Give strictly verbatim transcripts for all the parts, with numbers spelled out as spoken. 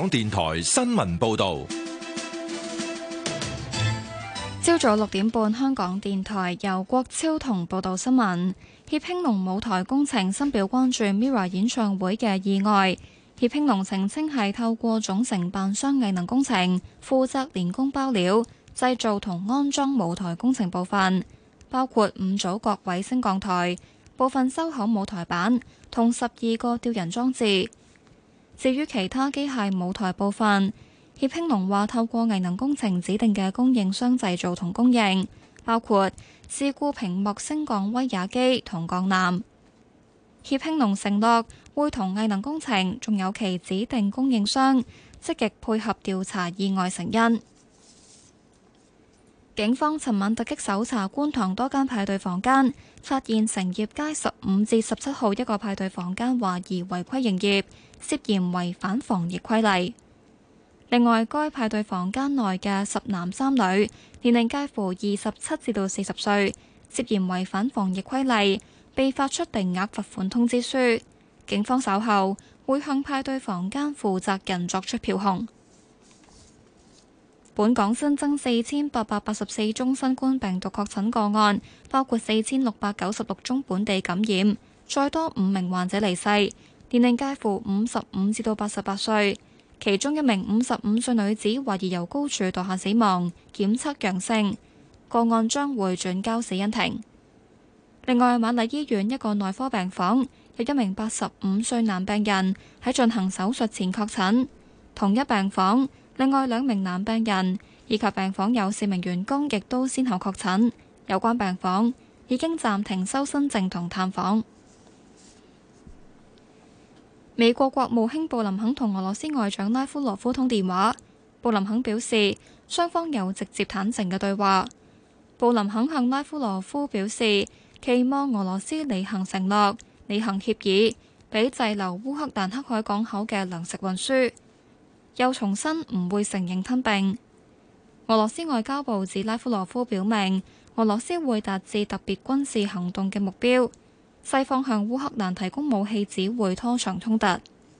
港電台新聞報道。 朝早六點半，香港電台由郭超同報道新聞。協興隆舞台工程深表關注 MIRROR 演唱會嘅意外。協興隆澄清係透過總承辦商藝能工程負責連工包料、製造同安裝舞台工程部分，包括五組各位升降台、部分收口舞台板同十二個吊人裝置。至於其他機械舞台部分，協興隆話透過藝能工程指定嘅供應商製造同供應，包括事故屏幕升降威亞機同鋼纜。協興隆承諾會同藝能工程仲有其指定供應商積極配合調查意外成因。警方尋晚突擊搜查觀塘多間派對房間，發現成業街十五至十七號一個派對房間懷疑違規營業，涉嫌違反防疫規例。另外，該派對房間內嘅十男三女，年齡介乎二十七至到四十歲，涉嫌違反防疫規例，被發出定額罰款通知書。警方稍後會向派對房間負責人作出票控。本港新增四千八百八十四宗新冠病毒確診個案，包括四千六百九十六宗本地感染，再多五名患者離世，年齡介乎五十五至到八十八歲。其中一名五十五歲女子懷疑由高處墮下死亡，檢測陽性，個案將會轉交死因庭。另外，瑪麗醫院一個內科病房有一名八十五歲男病人喺進行手術前確診，同一病房另外兩名男病人以及病房有四名員工亦都先後確診，有關病房已經暫停收新症同探訪。美國國務卿布林肯同俄羅斯外長拉夫羅夫通電話，布林肯表示雙方有直接坦誠嘅對話。布林肯向拉夫羅夫表示期望俄羅斯履行承諾、履行協議，俾滯留烏克蘭黑海港口嘅糧食運輸，又重申唔會承認吞併。俄羅斯外交部指拉夫羅夫表明俄羅斯會達至特別軍事行動嘅目標。西方向烏克蘭提供武器只會拖長衝突。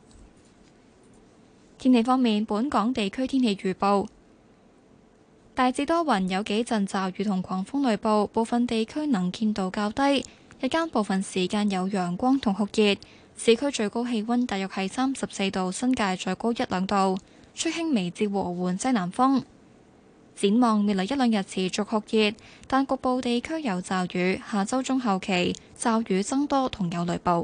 天氣方面，本港地區天氣預報大致多雲，有幾陣驟雨同狂風雷暴，部分地區能見度較低。日間部分時間有陽光同酷熱，市區最高氣溫大約係三十四度，新界再高一兩度，吹輕微至和緩西南風。展望未來一兩日持續酷熱，但局部地區有驟雨。下周中後期驟雨增多同有雷暴。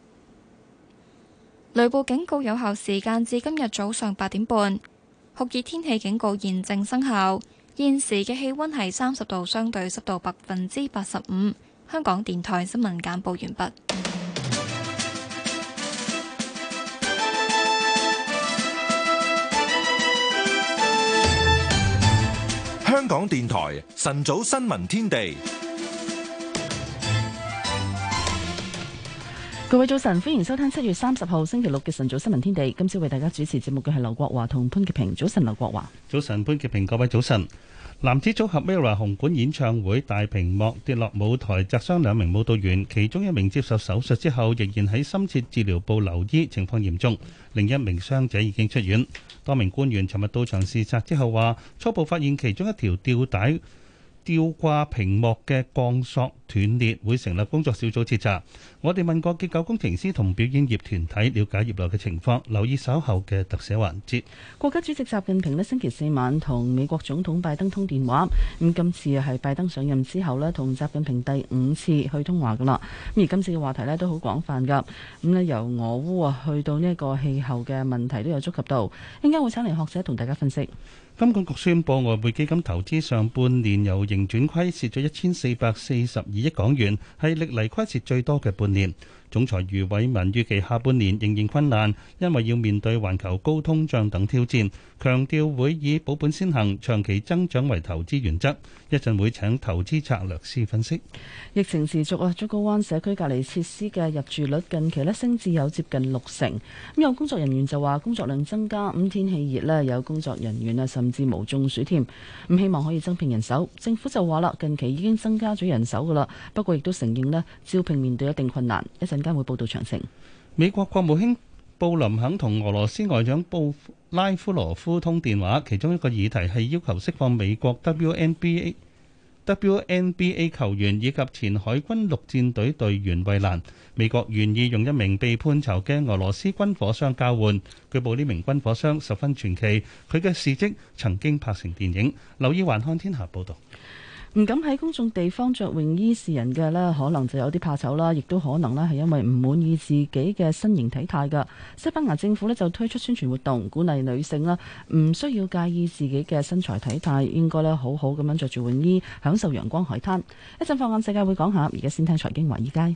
雷暴警告有效時間至今日早上八點半。酷熱天氣警告現正生效。現時嘅氣溫係三十度，相對濕度百分之八十五。香港電台新聞簡報完畢。 香港電台晨早新聞天地， 各位早晨，歡迎收聽七月三十號星期六嘅晨早新聞天地。今朝為大家主持節目嘅係劉國華同潘潔平。早晨，劉國華。 早晨，潘潔平。各位早晨。男子組合 MIRROR 紅館演唱會大屏幕跌落舞台，砸傷兩名舞蹈員，其中一名接受手術之後仍然喺深切治療部留醫，情況嚴重。另一名傷者已經出院。多名官員尋日到場視察之後話，初步發現其中一條吊帶吊掛屏幕嘅鋼索斷裂，會成立工作小組徹查。我哋問過結構工程師同表演業團體了解業內嘅情況，留意稍後嘅特寫環節。 國家主席習近平咧星期四晚同美國總統拜登通電話，咁今次係拜登上任之後咧同習近平第五次去通話噶啦。咁而今次嘅話題咧都好廣泛噶，咁咧由俄烏啊去到呢一個氣候嘅問題都有觸及到，應該會請嚟學者同大家分析。 金管局宣布外匯基金投資上半年由盈轉虧，蝕咗一千四百四十二億港元，係歷嚟虧蝕最多嘅半年。總裁余偉文預期下半年仍然困難，因為要面對環球高通脹等挑戰，強調會以保本先行、長期增長為投資原則。一陣會請投資策略師分析。 疫情持續啊，竹篙灣社區隔離設施嘅入住率近期咧升至有接近六成。咁有工作人員就話工作量增加，咁天氣熱咧，有工作人員啊甚至無中暑添。咁希望可以增聘人手。政府就話啦，近期已經增加咗人手噶啦，不過亦都承認咧招聘面對一定困難。一陣間會報道詳情。 美國國務卿布林肯同俄羅斯外長布拉夫羅夫通電話，其中一個議題係要求釋放美國 W N B A W N B A 球員以及前海軍陸戰隊隊員惠蘭。美國願意用一名被判囚嘅俄羅斯軍火商交換。據報呢名軍火商十分傳奇，佢嘅事蹟曾經拍成電影。留意環看天下報導。 唔敢喺公眾地方着泳衣示人嘅呢，可能就有啲怕醜啦，亦都可能呢係因為唔滿意自己嘅身形體態㗎。西班牙政府呢就推出宣傳活動，鼓勵女性啦，唔需要介意自己嘅身材體態，應該呢好好咁樣着住泳衣，享受陽光海灘。一陣放眼世界會講下，而家先聽財經華爾街。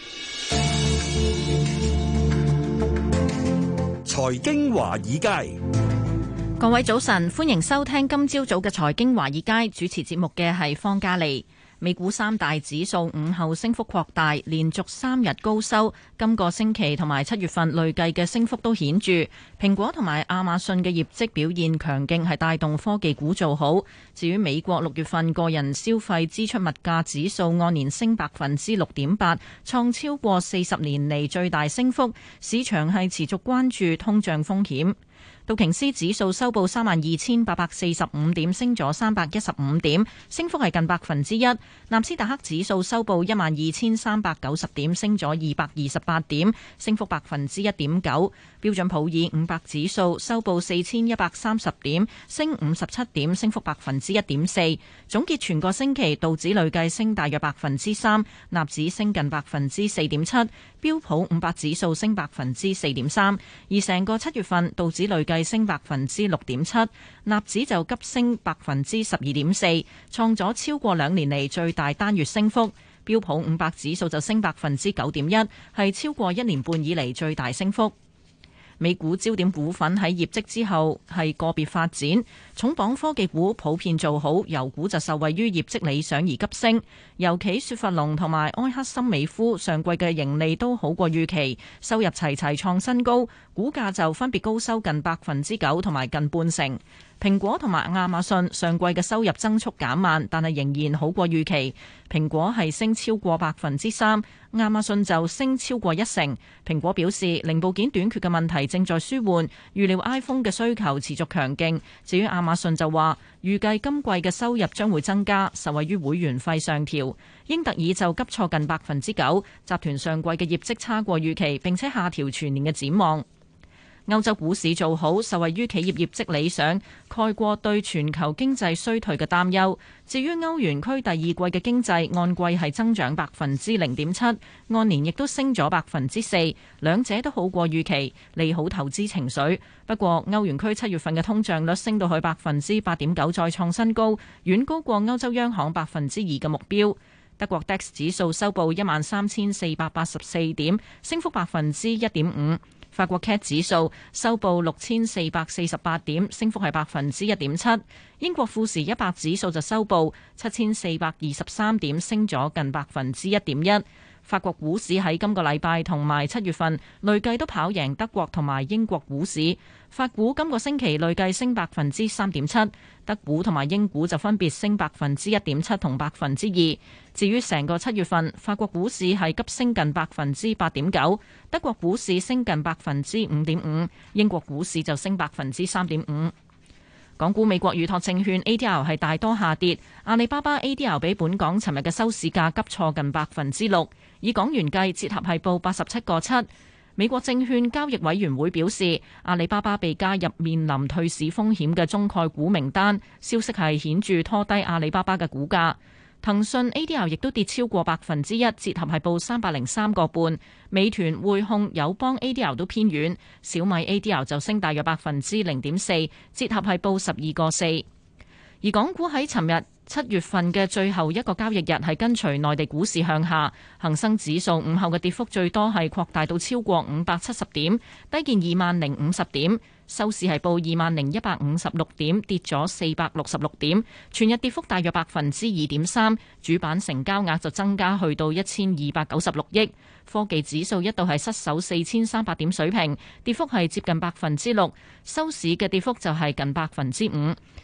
財經華爾街。 各位早晨，歡迎收聽今朝早嘅財經華爾街，主持節目嘅係方嘉利。美股三大指數午後升幅擴大，連續三日高收。今個星期同埋七月份累計嘅升幅都顯著。蘋果同埋亞馬遜嘅業績表現強勁，係帶動科技股做好。至於美國六月份個人消費支出物價指數按年升百分之六點八，創超過四十年嚟最大升幅。市場係持續關注通脹風險。道瓊斯指數收報三萬二千八百四十五點，升咗三百一十五點，升幅係近百分之一。納斯達克指數收報一萬二千三百九十點，升咗二百二十八點，升幅百分之一點九。標準普爾五百指數收報四千一百三十點，升五十七點，升幅百分之一點四。總結全個星期，道指累計升大約百分之三，納指升近百分之四點七，標普五百指數升百分之四點三。而成個七月份，道指累計升百分之六點七，納指就急升百分之十二點四，創咗超過兩年嚟最大單月升幅。標普五百指數就升百分之九點一，係超過一年半以嚟最大升幅。美股焦點股份喺業績之後係個別發展，重磅科技股普遍做好，油股就受惠於業績理想而急升。尤其雪佛龍同埋埃克森美孚上季嘅盈利都好過預期，收入齊齊創新高，股價就分別高收近百分之九同埋近半成。蘋果同埋亞馬遜上季嘅收入增速減慢，但係仍然好過預期。蘋果係升超過百分之三，亞馬遜就升超過一成。蘋果表示零部件短缺嘅問題正在舒緩，預料 iPhone 嘅需求持續強勁。至於亞馬遜就話預計今季嘅收入將會增加，受惠於會員費上調。英特爾就急挫近百分之九，集團上季嘅業績差過預期，並且下調全年嘅展望。歐洲股市做好，受惠於企業業績理想，蓋過對全球經濟衰退嘅擔憂。至於歐元區第二季嘅經濟按季係增長百分之零點七，按年亦都升咗百分之四，兩者都好過預期，利好投資情緒。不過歐元區七月份嘅通脹率升到去百分之八點九，再創新高，遠高過歐洲央行百分之二嘅目標。德國 D A X 指數收報一萬三千四百八十四點，升幅百分之一點五。法國 C A C 指數收報六千四百四十八點，升幅係百分之一點七。英國富時一百指數就收報七千四百二十三點，升咗近百分之一點一。法國股市喺今個禮拜同埋七月份累計都跑贏德國同埋英國股市。法股今個星期累計升百分之三點七，德股同埋英股就分別升百分之一點七同百分之二。至於成個七月份，法國股市係急升近百分之八點九，德國股市升近百分之五點五，英國股市就升百分之三點五。港股美國預託證券 A D R 係大多下跌，阿里巴巴 A D R 比本港尋日嘅收市價急挫近百分之六，以港元計，折合係報八十七個七。美國證券交易委員會表示，阿里巴巴被加入面臨退市風險嘅中概股名單，消息係顯著拖低阿里巴巴嘅股價。騰訊 A D R 亦都跌超過百分之一，折合係報三百零三個半。美團、匯控、友邦 A D R 都偏軟，小米 A D R 就升大約百分之零點四，折合係報十二個四。而港股喺尋日七月份嘅最後一個交易日係跟隨內地股市向下，恒生指數午後嘅跌幅最多係擴大到超過五百七十點，低見二萬零五十點。收市係報二萬零一百五十六點，跌咗四百六十六點，全日跌幅大約百分之二點三。主板成交額就增加去到一千二百九十六億。科技指數一度係失守四千三百點水平，跌幅係接近百分之六。收市嘅跌幅就係近百分之五。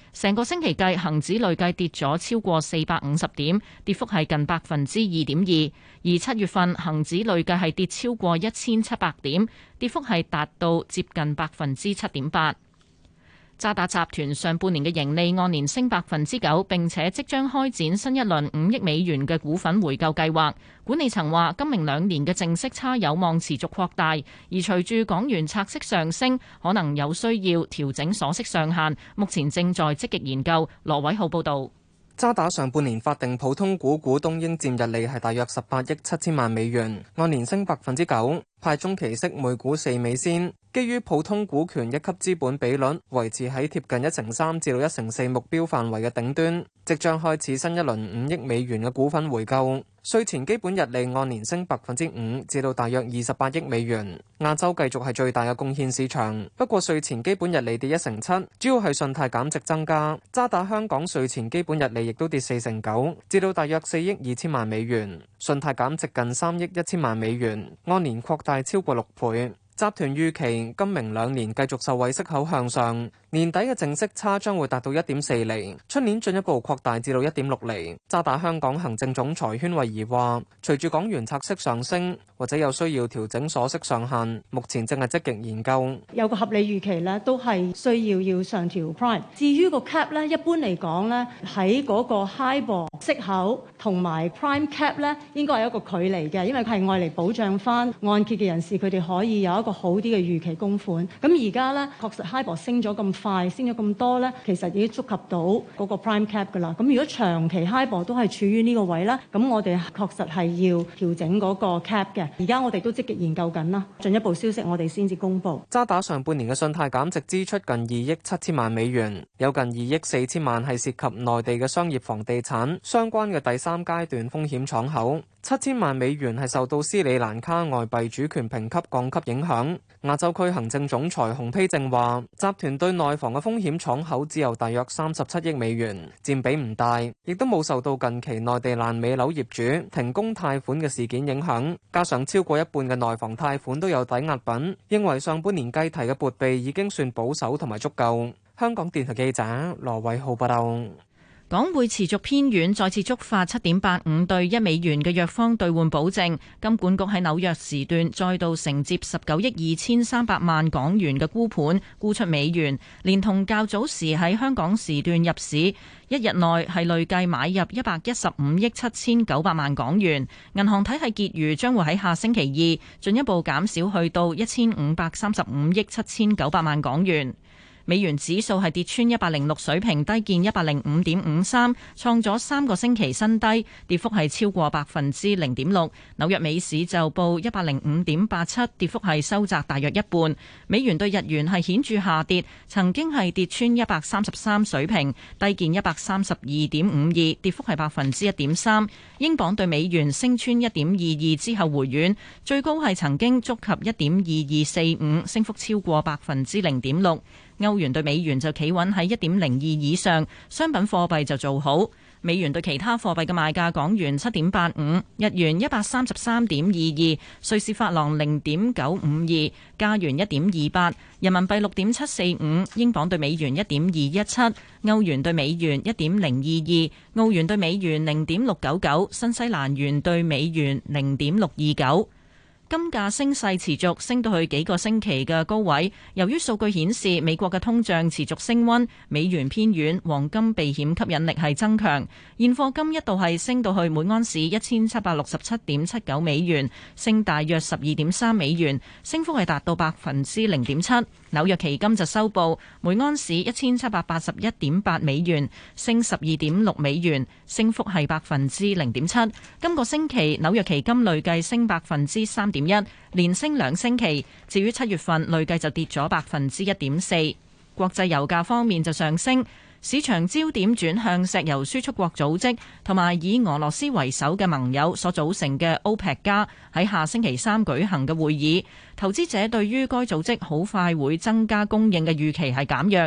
成個星期計，恒指累計跌咗超過四百五十點，跌幅係近百分之二點二。而七月份恒指累計係跌超過一千七百點，跌幅係達到接近百分之七點八。渣打集團上半年嘅盈利按年升百分之九，並且即將開展新一輪五億美元嘅股份回購計劃。管理層話，今明兩年嘅淨息差有望持續擴大，而隨住港元拆息上升，可能有需要調整鎖息上限。目前正在積極研究。羅偉浩報導。 渣打上半年法定普通股股東應佔溢利係大約十八億七千萬美元，按年升百分之九，派中期息每股四美仙。基於普通股權一級資本比率維持喺貼近一成三至到一成四目標範圍嘅頂端，即將開始新一輪五億美元嘅股份回購。稅前基本溢利按年升百分之五，至到大約二十八億美元。亞洲繼續係最大嘅貢獻市場，不過稅前基本溢利跌一成七，主要係信貸減值增加。渣打香港稅前基本溢利亦都跌四成九，至到大約四億二千萬美元，信貸減值近三億一千萬美元，按年擴大超過六倍。集團預期今明兩年繼續受惠息口向上，年底嘅淨息差將會達到一點四厘，出年進一步擴大至到一點六厘。渣打香港行政總裁禤惠儀話，隨住港元拆息上升，或者有需要調整鎖息上限，目前正係積極研究。 有個合理預期咧，都係需要要上調 prime。至於個 cap 咧，一般嚟講咧，喺嗰個 HIBOR 息口同埋 prime cap 咧，應該係一個距離嘅，因為佢係愛嚟保障翻按揭嘅人士，佢哋可以有一個好啲嘅預期供款。咁而家咧，確實 HIBOR 升咗咁快，升咗咁多咧，其實已經觸及到嗰個 prime cap 㗎啦。咁如果長期 HIBOR 都係處於呢個位咧，咁我哋確實係要調整嗰個 cap 嘅。而家我哋都積極研究緊啦，進一步消息我哋先至公佈。 渣打上半年嘅信貸減值支出近二億七千萬美元，有近二億四千萬係涉及內地嘅商業房地產相關嘅第三階段風險敞口。七千萬美元係受到斯里蘭卡外幣主權評級降級影響。亞洲區行政總裁洪丕正話，集團對內房嘅風險敞口只有大約三十七億美元，佔比唔大，亦都冇受到近期內地爛尾樓業主停工貸款嘅事件影響。加上超過一半嘅內房貸款都有抵押品，認為上半年計提嘅撥備已經算保守同埋足夠。香港電台記者羅偉浩報道。 港匯持續偏軟，再次觸發七點八五對一美元嘅弱方兌換保證。金管局喺紐約時段再度承接十九億二千三百萬港元嘅沽盤，沽出美元，連同較早時喺香港時段入市，一日內係累計買入一百一十五億七千九百萬港元。銀行體系結餘將會喺下星期二進一步減少去到一千五百三十五億七千九百萬港元。美元指數係跌穿一百零六水平，低見一百零五點五三，創咗三個星期新低，跌幅係超過百分之零點六。紐約美市就報一百零五點八七，跌幅係收窄大約一半。美元對日元係顯著下跌，曾經係跌穿一百三十三水平，低見一百三十二點五二，跌幅係百分之一點三。英鎊對美元升穿一點二二之後回軟，最高係曾經觸及一點二二四五，升幅超過百分之零點六。歐元對美元就企穩喺一點零二以上，商品貨幣就做好。美元對其他貨幣嘅賣價：港元七點八五，日元一百三十三點二二，瑞士法郎零點九五二，加元一點二八，人民幣六點七四五，英鎊對美元一點二一七，歐元對美元一點零二二，澳元對美元零點六九九，新西蘭元對美元零點六二九。金價升勢持續，升到去幾個星期嘅高位。由於數據顯示美國嘅通脹持續升溫，美元偏軟，黃金避險吸引力係增強。現貨金一度係升到去每安士一千七百六十七點七九美元，升大約十二點三美元，升幅係達到百分之零點七。紐約期金就收報每安士一千七百八十一點八美元，升十二點六美元，升幅係百分之零點七。今個星期紐約期金累計升百分之三點一，連升兩星期。至於七月份累計就跌咗百分之一點四。國際油價方面就上升。市場焦點轉向石油輸出國組織同埋以俄羅斯為首嘅盟友所組成嘅 OPEC 加喺下星期三舉行嘅會議，投資者對於該組織好快會增加供應嘅預期係減弱。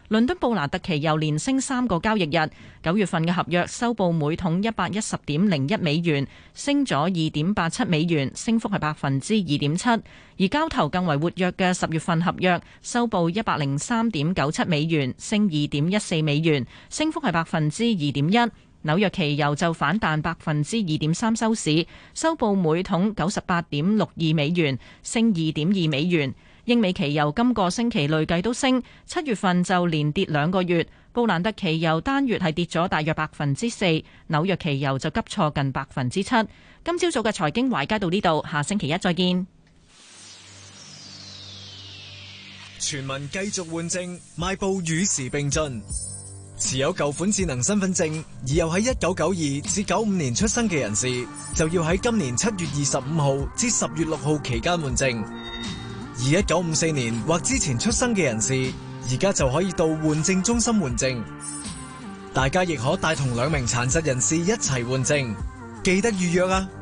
倫敦布蘭特期油連升三個交易日，九月份嘅合約收報每桶一百一十點零一美元，升咗二點八七美元，升幅係百分之二點七。而交投更為活躍嘅十月份合約收報一百零三點九七美元，升二點一四美元，升幅係百分之二點一。紐約期油就反彈百分之二點三收市，收報每桶九十八點六二美元，升二點二美元。英美期油今個星期累計都升，七月份就連跌兩個月。布蘭特期油單月係跌咗大約百分之四，紐約期油就急挫近百分之七。今朝早嘅財經華爾街到呢度，下星期一再見。 全民繼續換證，邁步與時並進。持有舊款智能身份證而又喺一九九二至九五年出生嘅人士，就要喺今年七月二十五號至十月六號期間換證。而一九五四年或之前出生嘅人士，而家就可以到換證中心換證。大家亦可帶同兩名殘疾人士一齊換證，記得預約啊！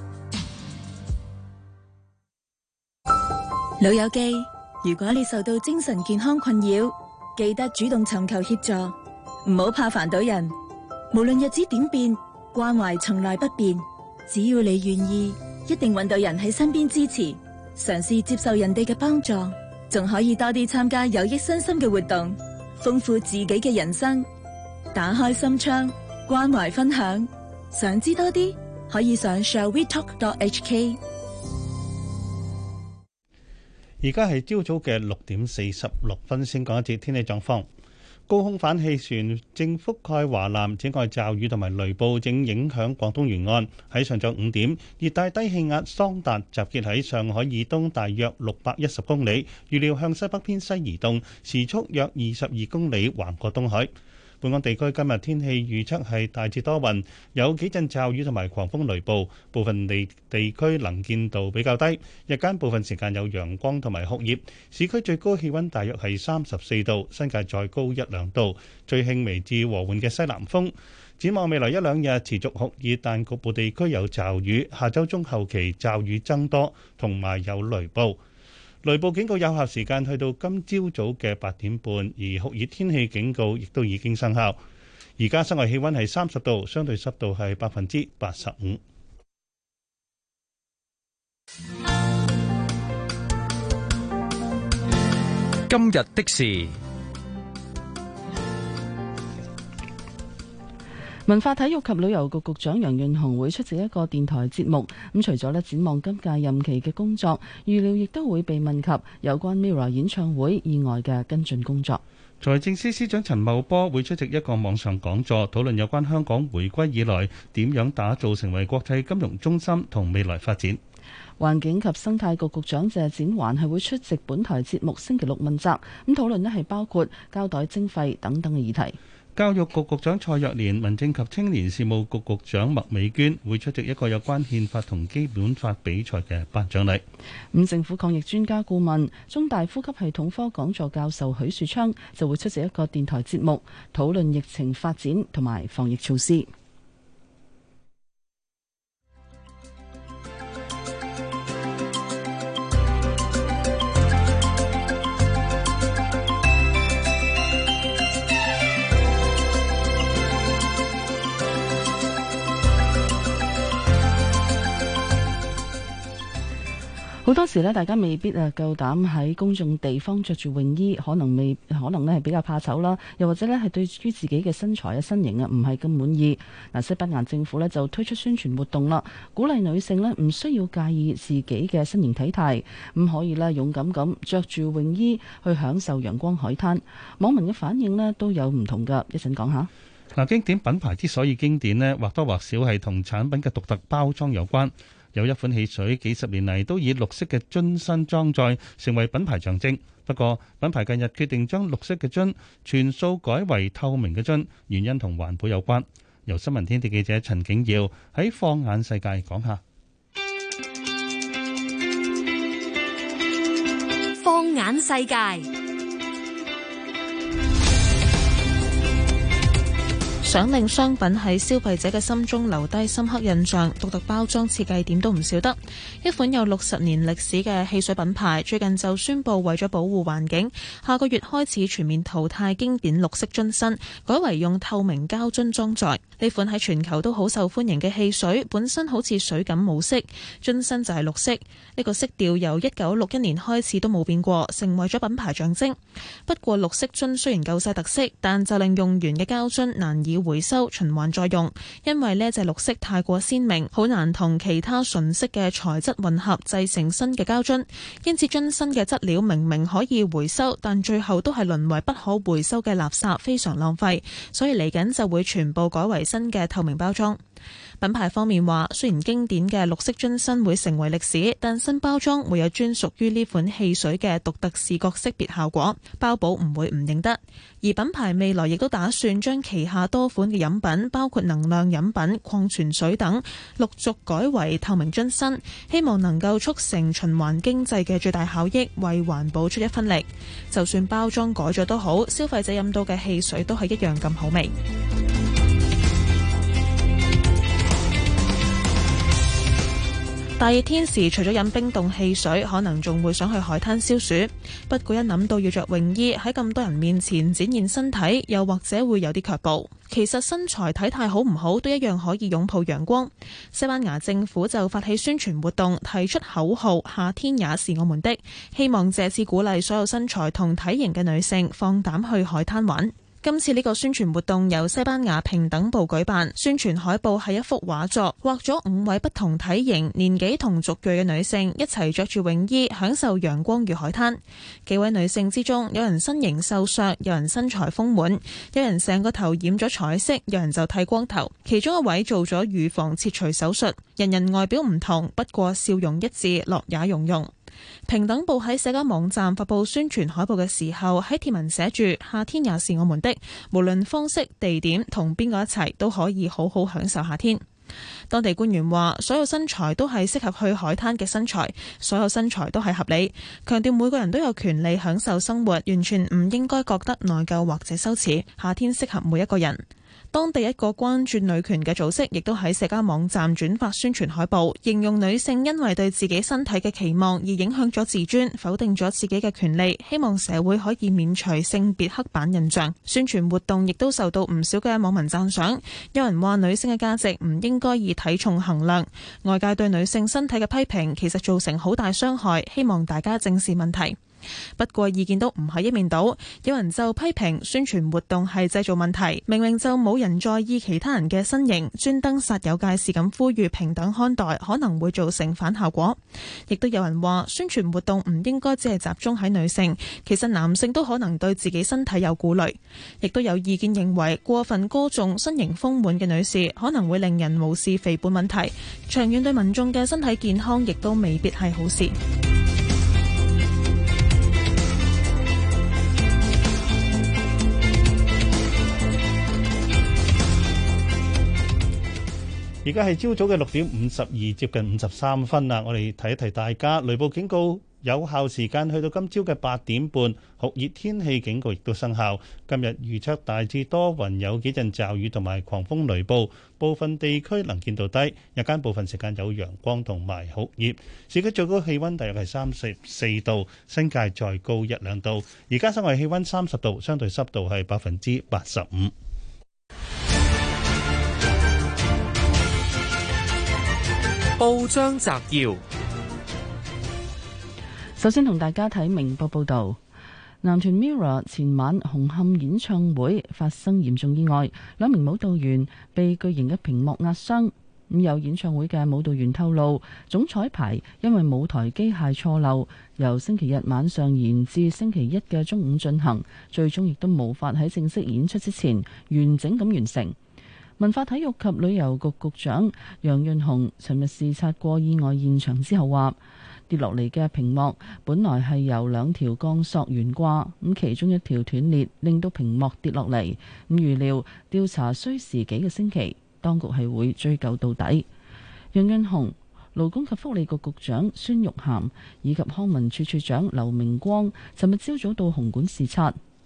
老友記，如果你受到精神健康困擾，記得主動尋求協助，唔好怕煩到人。無論日子點變，關懷從來不變。只要你願意，一定搵到人喺身邊支持。嘗試接受人哋嘅幫助，仲可以多啲參加有益身心嘅活動，豐富自己嘅人生。打開心窗，關懷分享。想知多啲，可以上 shall we talk dot h k。 而家係朝早嘅六點四十六分，先講一節天氣狀況。高空反氣旋正覆蓋華南，此外驟雨同埋雷暴正影響廣東沿岸。喺上晝五點，熱帶低氣壓桑達集結喺上海以東大約六百一十公里，預料向西北偏西移動，時速約二十二公里，橫過東海。本港地區今日天氣預測係大致多雲，有幾陣驟雨同埋狂風雷暴，部分地地區能見度比較低。日間部分時間有陽光同埋酷熱，市區最高氣溫大約係三十四度，新界再高一兩度。最輕微至和緩嘅西南風。展望未來一兩日持續酷熱，但局部地區有驟雨。下週中後期驟雨增多，同埋有雷暴。雷暴警告有效時間去到今朝早嘅八點半，而酷熱天氣警告亦都已經生效。而家室外氣溫係三十度，相對濕度係百分之八十五。 今日的事。 文化體育及旅遊局局長楊潤雄會出席一個電台節目，咁除咗咧展望今屆任期嘅工作，預料亦都會被問及有關 Mirror 演唱會意外嘅跟進工作。 財政司司長陳茂波會出席一個網上講座，討論有關香港回歸以來點樣打造成為國際金融中心同未來發展。 環境及生態局局長謝展寰係會出席本台節目星期六問責，咁討論咧係包括膠袋徵費等等嘅議題。 教育局局長蔡若蓮、民政及青年事務局局長麥美娟會出席一個有關憲法同基本法比賽嘅頒獎禮。 咁政府抗疫專家顧問、中大呼吸系統科講座教授許樹昌就會出席一個電台節目，討論疫情發展同埋防疫措施。好多時咧，大家未必啊夠膽喺公眾地方着住泳衣，可能未可能咧係比較怕醜啦，又或者咧係對於自己嘅身材啊身形啊唔係咁滿意。嗱，西班牙政府咧就推出宣傳活動啦，鼓勵女性咧唔需要介意自己嘅身形體態，咁可以咧勇敢咁着住泳衣去享受陽光海灘。網民嘅反應咧都有唔同㗎，一陣講下。 嗱，經典品牌之所以經典咧，或多或少係同產品嘅獨特包裝有關。有一款汽水幾十年嚟都以綠色嘅樽身裝載，成為品牌象徵。不過，品牌近日決定將綠色嘅樽全數改為透明嘅樽，原因同環保有關。由新聞天地記者陳景耀喺放眼世界講下。 放眼世界。 想令商品喺消費者嘅心中留低深刻印象，獨特包裝設計點都唔少得。一款有六十年歷史嘅汽水品牌，最近就宣布為咗保護環境，下個月開始全面淘汰經典綠色樽身，改為用透明膠樽裝載。呢款喺全球都好受歡迎嘅汽水，本身好似水咁冇色，樽身就係綠色。呢個色調由一九六一年開始都冇變過，成為咗品牌象徵。不過綠色樽雖然夠晒特色，但就令用完嘅膠樽難以回收循環再用，因為呢隻綠色太過鮮明，好難同其他純色嘅材質混合製成新嘅膠樽。因此樽身嘅質料明明可以回收，但最後都係淪為不可回收嘅垃圾，非常浪費。所以嚟緊就會全部改為新嘅透明包裝。品牌方面話，雖然經典嘅綠色樽身會成為歷史，但新包裝會有專屬於呢款汽水嘅獨特視覺識別效果，包保唔會唔認得。而品牌未來亦都打算將旗下多款嘅飲品，包括能量飲品、礦泉水等，陸續改為透明樽身，希望能夠促成循環經濟嘅最大效益，為環保出一分力。就算包裝改咗都好，消費者飲到嘅汽水都係一樣咁好味。大熱天時，除咗飲冰凍汽水，可能仲會想去海灘消暑。不過一諗到要着泳衣喺咁多人面前展現身體，又或者會有啲卻步。其實身材體態好唔好都一樣可以擁抱陽光。西班牙政府就發起宣傳活動，提出口號夏天也是我們的，希望借此鼓勵所有身材同體型嘅女性放膽去海灘玩。今次呢個宣傳活動由西班牙平等部舉辦，宣傳海報係一幅畫作，畫咗五位不同體型、年紀同族裔嘅女性一齊着住泳衣，享受陽光與海灘。幾位女性之中，有人身形瘦削，有人身材豐滿，有人成個頭染咗彩色，有人就剃光頭。其中一位做咗預防切除手術。人人外表唔同，不過笑容一致，樂也融融。平等部喺社交網站發佈宣傳海報嘅時候，喺貼文寫住夏天也是我們的，無論方式、地點同邊個一齊都可以好好享受夏天。當地官員話，所有身材都係適合去海灘嘅身材，所有身材都係合理，強調每個人都有權利享受生活，完全唔應該覺得內疚或者羞恥。夏天適合每一個人。當地一個關注女權嘅組織亦都喺社交網站轉發宣傳海報，形容女性因為對自己身體嘅期望而影響咗自尊，否定咗自己嘅權利，希望社會可以免除性別刻板印象。宣傳活動亦都受到唔少嘅網民讚賞，有人話女性嘅價值唔應該以體重衡量，外界對女性身體嘅批評其實造成好大傷害，希望大家正視問題。不過意見都唔係一面倒，有人就批評宣傳活動係製造問題，明明就冇人在意其他人嘅身形，專登煞有介事咁呼籲平等看待，可能會造成反效果。亦都有人話宣傳活動唔應該只係集中喺女性，其實男性都可能對自己身體有顧慮。亦都有意見認為過分歌頌身形豐滿嘅女士，可能會令人無視肥胖問題，長遠對民眾嘅身體健康亦都未必係好事。 而家係朝早嘅六點五十二，接近五十三分啦。我哋提一提大家，雷暴警告有效時間去到今朝嘅八點半，酷熱天氣警告亦都生效。今日預測大致多雲，有幾陣驟雨同埋狂風雷暴，部分地區能見度低。日間部分時間有陽光同埋酷熱，市區最高氣溫大約係三十四度，新界再高一兩度。而家室外氣溫三十度，相對濕度係百分之八十五。 報章摘要， 首先同大家睇明報報道，男團 Mirror 前晚紅磡演唱會發生嚴重意外，兩名舞蹈員被巨型嘅屏幕壓傷。咁有演唱會嘅舞蹈員透露，總彩排因為舞台機械錯漏，由星期日晚上延至星期一嘅中午進行，最終亦都無法喺正式演出之前完整咁完成。文化體育及旅遊局局長楊潤雄尋日視察過意外現場之後話，跌落嚟嘅屏幕本來係由兩條鋼索懸掛，咁其中一條斷裂，令到屏幕跌落嚟。咁預料調查需時幾個星期，當局係會追究到底。楊潤雄、勞工及福利局局長孫玉菡以及康文署署長劉明光尋日朝早到紅館視察。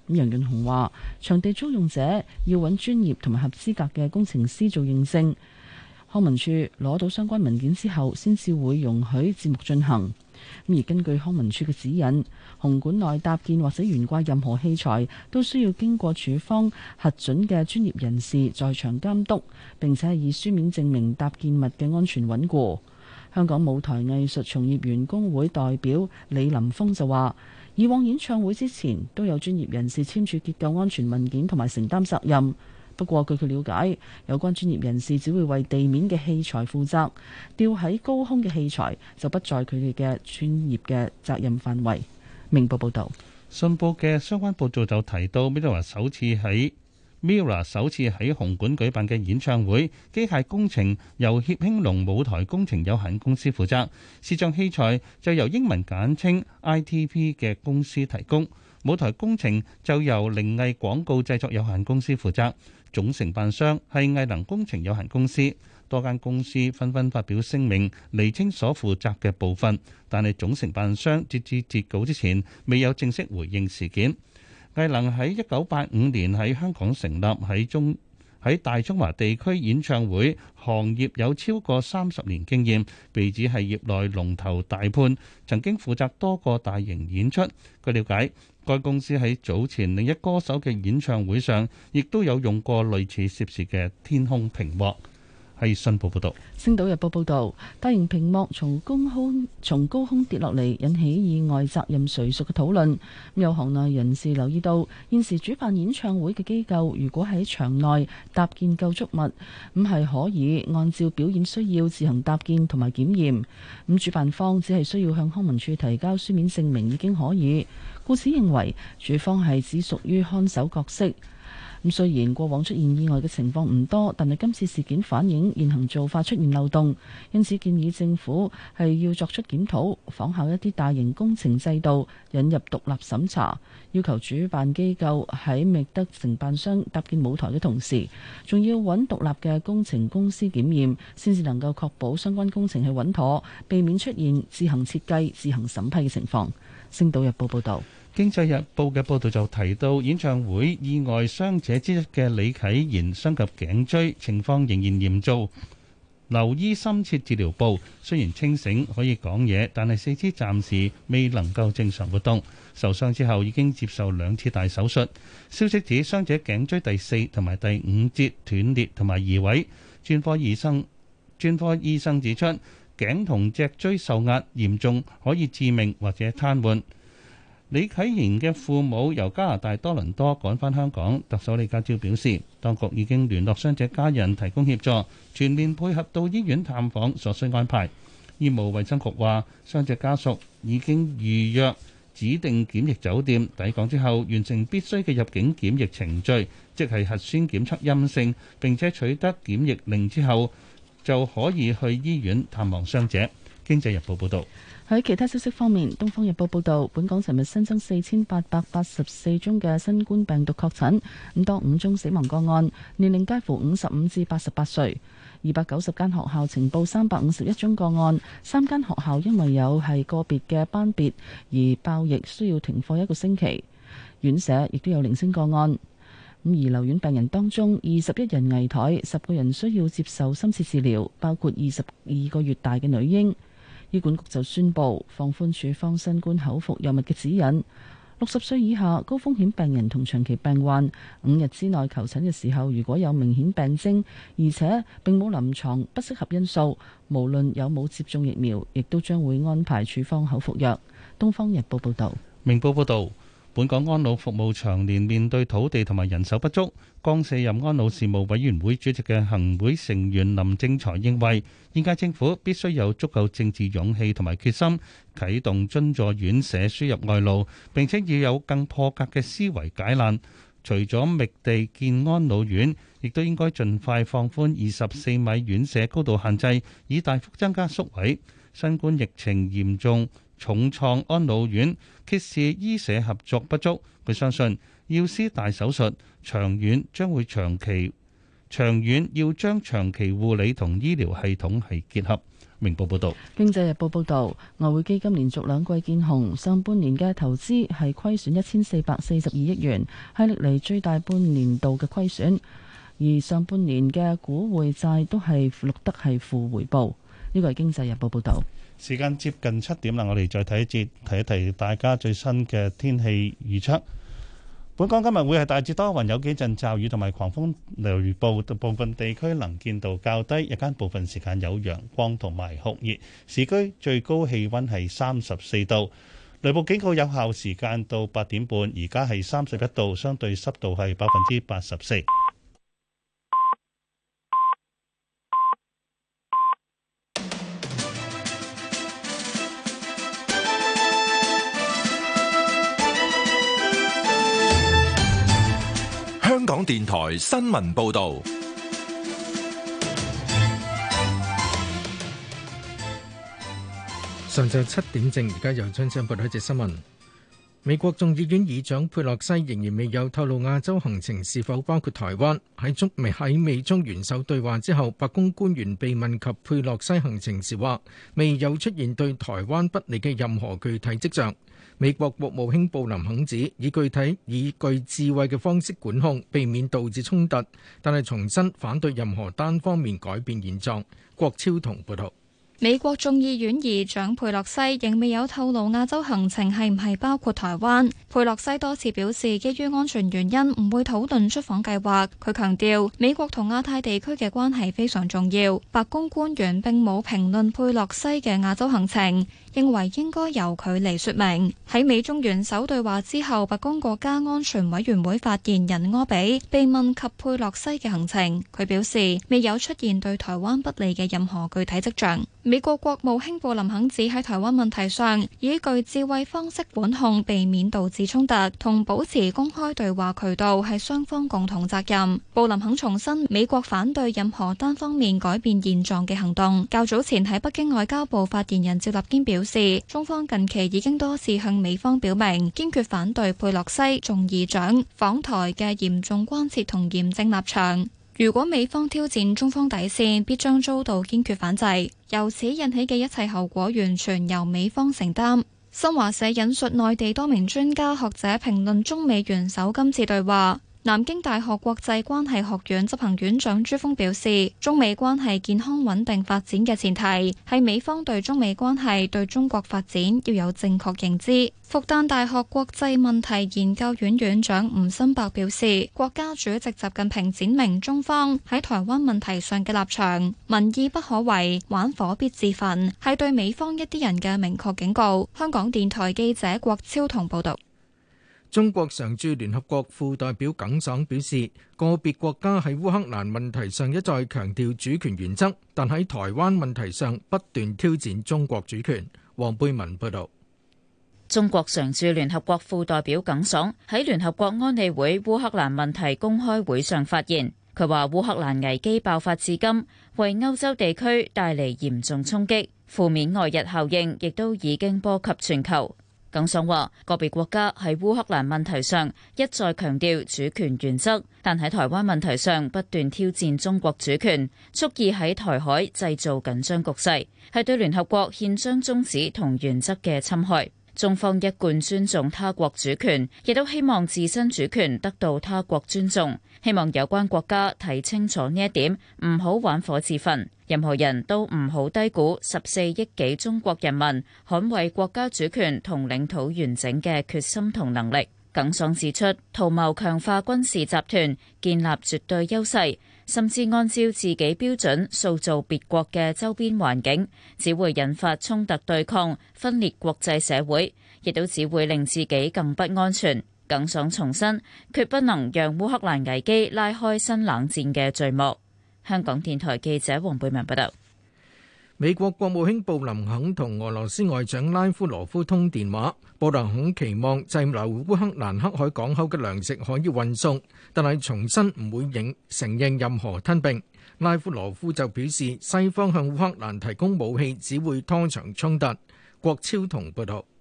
咁楊潤雄話，場地租用者要揾專業同埋合資格嘅工程師做認證，康文署攞到相關文件之後，先至會容許節目進行。咁而根據康文署嘅指引，紅館內搭建或者懸掛任何器材，都需要經過署方核准嘅專業人士在場監督，並且係以書面證明搭建物嘅安全穩固。香港舞台藝術從業員工會代表李林峰就話，以往演唱會之前都有專業人士簽署結構安全文件同埋承擔責任。不過據佢了解，有關專業人士只會為地面嘅器材負責，吊喺高空嘅器材就不在佢哋嘅專業嘅責任範圍。明報報道， 信報嘅相關報導就提到 ，Mirror 首次喺 Mirror 首次喺紅館舉辦嘅演唱會，機械工程由協興隆舞台工程有限公司負責，視像器材就由英文簡稱 I T P 嘅公司提供，舞台工程就由靈藝廣告製作有限公司負責。總承辦商係藝能工程有限公司，多間公司紛紛發表聲明釐清所負責嘅部分，但係總承辦商截至截稿之前未有正式回應事件。藝能喺一九八五年喺香港成立，喺中喺大中華地區演唱會行業有超過三十年經驗，被指係業內龍頭大判，曾經負責多個大型演出。據了解，該公司喺早前另一歌手嘅演唱會上，亦都有用過類似涉事嘅天空屏幕。係信報報導，《 星島日報》報導，大型屏幕從高空從高空跌落嚟，引起意外責任誰屬嘅討論。有行內人士留意到，現時主辦演唱會嘅機構，如果喺場內搭建構築物，咁係可以按照表演需要自行搭建同埋檢驗。咁主辦方只係需要向康文署提交書面證明已經可以，故此認為主方係只屬於看守角色。咁雖然過往出現意外嘅情況唔多，但係今次事件反映現行做法出現漏洞，因此建議政府係要作出檢討，仿效一啲大型工程制度，引入獨立審查，要求主辦機構喺覓得承辦商搭建舞台嘅同時，仲要揾獨立嘅工程公司檢驗，先至能夠確保相關工程係穩妥，避免出現自行設計、自行審批嘅情況。星島日報報導。 《經濟日報》嘅報導就提到，演唱會意外傷者之一嘅李啟賢傷及頸椎，情況仍然嚴重，留醫深切治療部。雖然清醒可以講嘢，但係四肢暫時未能夠正常活動。受傷之後已經接受兩次大手術。消息指傷者頸椎第四同埋第五節斷裂同埋移位。專科醫生專科醫生指出，頸同脊椎受壓嚴重，可以致命或者癱瘓。李啟賢嘅父母由加拿大多倫多趕返香港，特首李家超表示，當局已經聯絡傷者家人提供協助，全面配合到醫院探訪所需安排。醫務衛生局話，傷者家屬已經預約指定檢疫酒店，抵港之後完成必須嘅入境檢疫程序，即係核酸檢測陰性，並且取得檢疫令之後，就可以去醫院探望傷者。經濟日報報導。 喺其他消息方面，《東方日報》報導，本港尋日新增四千八百八十四宗嘅新冠病毒確診，咁多五宗死亡個案，年齡介乎五十五至八十八歲。二百九十間學校呈報三百五十一宗個案，三間學校因為有係個別嘅班別而爆疫，需要停課一個星期。院舍亦都有零星個案。咁而留院病人當中，二十一人危殆，十個人需要接受深切治療，包括二十二個月大嘅女嬰。醫管局就宣布放寬處方新冠口服藥物嘅指引，六十歲以下高風險病人同長期病患五日之內求診嘅時候，如果有明顯病徵，而且並冇臨床不適合因素，無論有冇接種疫苗，亦都將會安排處方口服藥。《東方日報》報道。 明報報導。本港安老服務長年面對土地同埋人手不足，剛卸任安老事務委員會主席嘅行會成員林正財認為，現屆政府必須有足夠政治勇氣同埋決心，啟動津助院舍輸入外勞，並且要有更破格嘅思維解難。除咗覓地建安老院，亦都應該盡快放寬二十四米院舍高度限制，以大幅增加宿位。新冠疫情嚴重，重創安老院，揭示醫社合作不足。佢相信要施大手術，長遠將會長期長遠要將長期護理同醫療系統係結合。 明報報導， 經濟日報報導，外匯基金連續兩季見紅，上半年嘅投資係虧損一千四百四十二億元，係歷嚟最大半年度嘅虧損。而上半年嘅股匯債都係錄得係負回報。呢個係經濟日報報導。 時間接近七點啦，我哋再睇一節，提一提大家最新嘅天氣預測。本港今日會係大致多雲，有幾陣驟雨同埋狂風雷暴，部分地區能見度較低。日間部分時間有陽光同埋酷熱，市區最高氣溫係三十四度。雷暴警告有效時間到八點半，而家係三十一度，相對濕度係百分之八十四。 香港電台新聞報道。 上晝七點正，而家由張生報道一節新聞。美國眾議院議長佩洛西仍然未有透露亞洲行程是否包括台灣。喺中美喺美中元首對話之後，白宮官員被問及佩洛西行程時話，未有出現對台灣不利嘅任何具體跡象。美國國務卿布林肯指，以具體以具智慧嘅方式管控，避免導致衝突，但係重申反對任何單方面改變現狀。郭超同報道。 美國眾議院議長佩洛西仍未有透露亞洲行程係唔係包括台灣。佩洛西多次表示，基於安全原因唔會討論出訪計劃。佢強調，美國同亞太地區嘅關係非常重要。白宮官員並冇評論佩洛西嘅亞洲行程，認為應該由佢嚟說明。喺美中元首對話之後，白宮國家安全委員會發言人柯比被問及佩洛西嘅行程，佢表示未有出現對台灣不利嘅任何具體跡象。美國國務卿布林肯指喺台灣問題上，以具智慧方式管控，避免導致衝突，同保持公開對話渠道係雙方共同責任。布林肯重申，美國反對任何單方面改變現狀嘅行動。較早前喺北京外交部發言人趙立堅表示，中方近期已經多次向美方表明，堅決反對佩洛西眾議長訪台嘅嚴重關切同嚴正立場。如果美方挑戰中方底線，必將遭到堅決反制。由此引起嘅一切後果，完全由美方承擔。新華社引述內地多名專家學者評論中美元首今次對話。南京大學國際關係學院執行院長朱峰表示，中美關係健康穩定發展嘅前提係美方對中美關係、對中國發展要有正確認知。復旦大學國際問題研究院院長吳新伯表示，國家主席習近平闡明中方喺台灣問題上嘅立場，民意不可違，玩火必自焚，係對美方一啲人嘅明確警告。香港電台記者郭超同報道。 中國常駐聯合國副代表耿爽表示，個別國家喺烏克蘭問題上一再強調主權原則，但喺台灣問題上不斷挑戰中國主權。黃貝文報導。 中國常駐聯合國副代表耿爽喺聯合國安理會烏克蘭問題公開會上發言，佢話烏克蘭危機爆發至今，為歐洲地區帶嚟嚴重衝擊，負面外溢效應亦都已經波及全球。耿爽話，個別國家喺烏克蘭問題上一再強調主權原則，但喺台灣問題上不斷挑戰中國主權，蓄意喺台海製造緊張局勢，係對聯合國憲章宗旨同原則嘅侵害。中方一貫尊重他國主權，亦都希望自身主權得到他國尊重。希望有關國家睇清楚呢一點，唔好玩火自焚。任何人都唔好低估十四億幾中國人民捍衛國家主權同領土完整嘅決心同能力。耿爽指出，圖謀強化軍事集團，建立絕對優勢，甚至按照自己標準塑造別國嘅周邊環境，只會引發衝突對抗，分裂國際社會，亦都只會令自己更不安全。耿爽重申，決不能讓烏克蘭危機拉開新冷戰嘅序幕。香港電台記者黃貝文報道。 美國國務卿布林肯同俄羅斯外長拉夫羅夫通電話，布林肯期望滯留烏克蘭黑海港口嘅糧食可以運送，但係重申唔會認承認任何吞併。拉夫羅夫就表示，西方向烏克蘭提供武器只會拖長衝突。郭超同報道。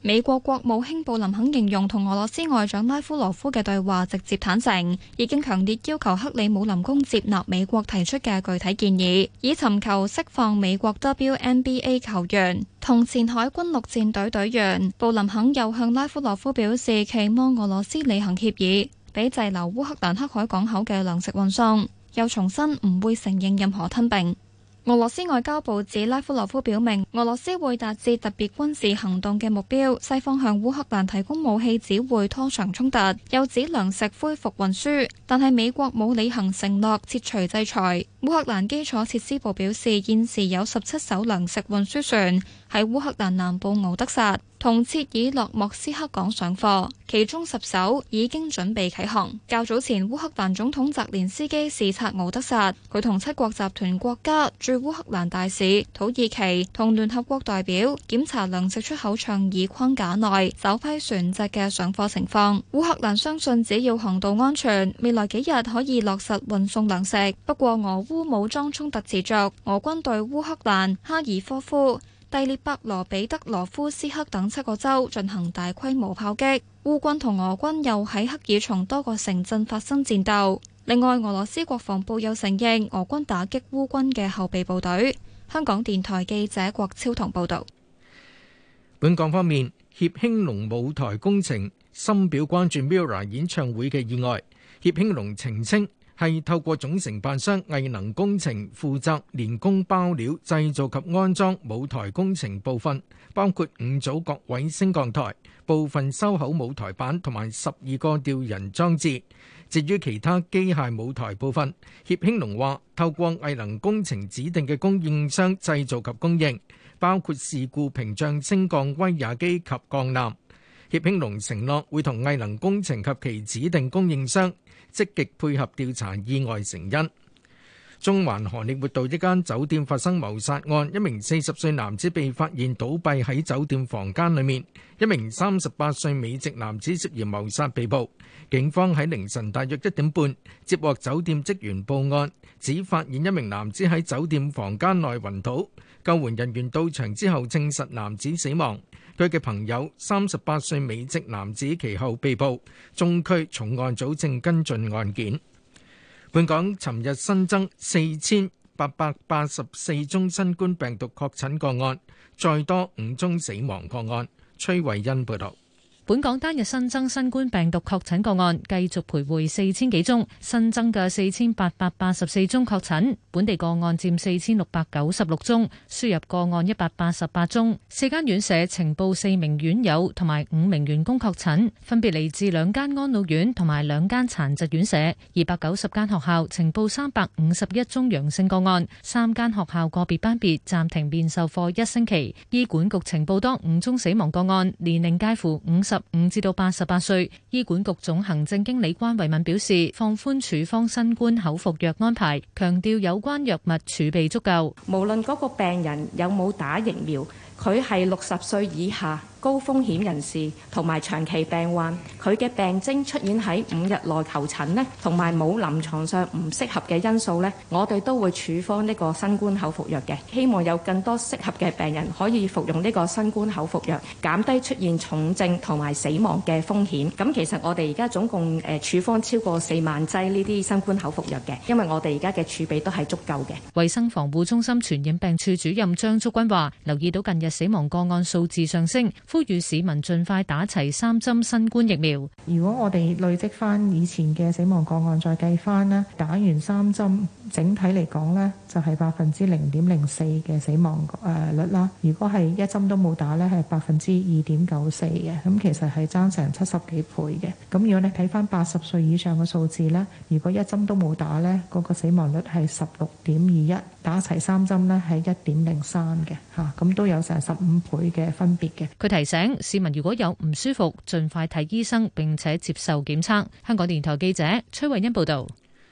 美國國務卿布林肯形容同俄羅斯外長拉夫羅夫嘅對話直接坦誠，已經強烈要求克里姆林宮接納美國提出嘅具體建議，以尋求釋放美國 W N B A 球員同前海軍陸戰隊隊員。布林肯又向拉夫羅夫表示，期望俄羅斯履行協議，俾滯留烏克蘭黑海港口嘅糧食運送，又重申唔會承認任何吞併。俄羅斯外交部指拉夫羅夫表明，俄羅斯會達至特別軍事行動嘅目標，西方向烏克蘭提供武器只會拖長衝突。又指糧食恢復運輸，但係美國冇履行承諾撤除制裁。烏克蘭基礎設施部表示，現時有十七艘糧食運輸船喺烏克蘭南部敖德薩同切爾諾莫斯克港上貨，其中十艘已經準備啟航。較早前，烏克蘭總統澤連斯基視察敖德薩，佢同七國集團國家駐烏克蘭大使、土耳其同聯合國代表檢查糧食出口倡議框架內首批船隻嘅上貨情況。烏克蘭相信只要航道安全，未來幾日可以落實運送糧食。不過，俄烏武裝衝突持續，俄軍對烏克蘭、哈爾科夫、第聶伯羅彼得羅夫斯克等七個州進行大規模炮擊，烏軍同俄軍又喺克爾松多個城鎮發生戰鬥。另外，俄羅斯國防部又承認俄軍打擊烏軍嘅後備部隊。香港電台記者郭超同報道。 本港方面，協興隆舞台工程深表關注 MIRROR 演唱會嘅意外，協興隆澄清係透過總承辦商藝能工程負責連工包料製造及安裝舞台工程部分，包括五組各位升降台、部分收口舞台板同埋十二個吊人裝置。至於其他機械舞台部分，協興隆話透過藝能工程指定嘅供應商製造及供應，包括事故屏障升降威亞機及鋼纜。協興隆承諾會同藝能工程及其指定供應商積極配合調查意外成因。中環荷里活道一間酒店發生謀殺案，一名四十歲男子被發現倒斃喺酒店房間裏面，一名三十八歲美籍男子涉嫌謀殺被捕。警方喺凌晨大約一點半接獲酒店職員報案，指發現一名男子喺酒店房間內暈倒，救援人員到場之後證實男子死亡。佢嘅朋友三十八歲美籍男子其後被捕，中區重案組正跟進案件。本港尋日新增四千八百八十四宗新冠病毒確診個案，再多五宗死亡個案。崔慧欣報道。 本港單日新增新冠病毒確診個案繼續徘徊四千幾宗，新增嘅四千八百八十四宗確診，本地個案佔四千六百九十六宗，輸入個案一百八十八宗。四間院舍呈報四名院友同埋五名員工確診，分別嚟自兩間安老院同埋兩間殘疾院舍。二百九十間學校呈報三百五十一宗陽性個案，三間學校個別班別暫停面授課一星期。醫管局呈報多五宗死亡個案，年齡介乎五十五至到八十八歲。醫管局總行政經理關慧敏表示，放寬處方新冠口服藥安排，強調有關藥物儲備足夠。 無論嗰個病人有冇打疫苗，佢係六十歲以下高風險人士同埋長期病患，佢嘅病徵出現喺五日內求診呢，同埋冇臨床上唔適合嘅因素呢，我哋都會處方呢個新冠口服藥嘅。希望有更多適合嘅病人可以服用呢個新冠口服藥，減低出現重症同埋死亡嘅風險。咁其實我哋而家總共誒處方超過四萬劑呢啲新冠口服藥嘅，因為我哋而家嘅儲備都係足夠嘅。 衛生防護中心傳染病處主任張竹君話，留意到近日死亡個案數字上升，呼籲市民盡快打齊三針新冠疫苗。 如果我哋累積翻以前嘅死亡個案再計翻咧，打完三針整體嚟講呢就係百分之零點零四嘅死亡誒率啦。如果係一針都冇打呢係百分之二點九四嘅。咁其實係爭成七十幾倍嘅。咁如果你睇翻八十歲以上嘅數字呢，如果一針都冇打呢，嗰個死亡率係十六點二一，打齊三針呢係一點零三嘅嚇，咁都有成十五倍嘅分別嘅。 佢提醒市民如果有唔舒服，盡快睇醫生並且接受檢測。香港電台記者崔慧欣報道。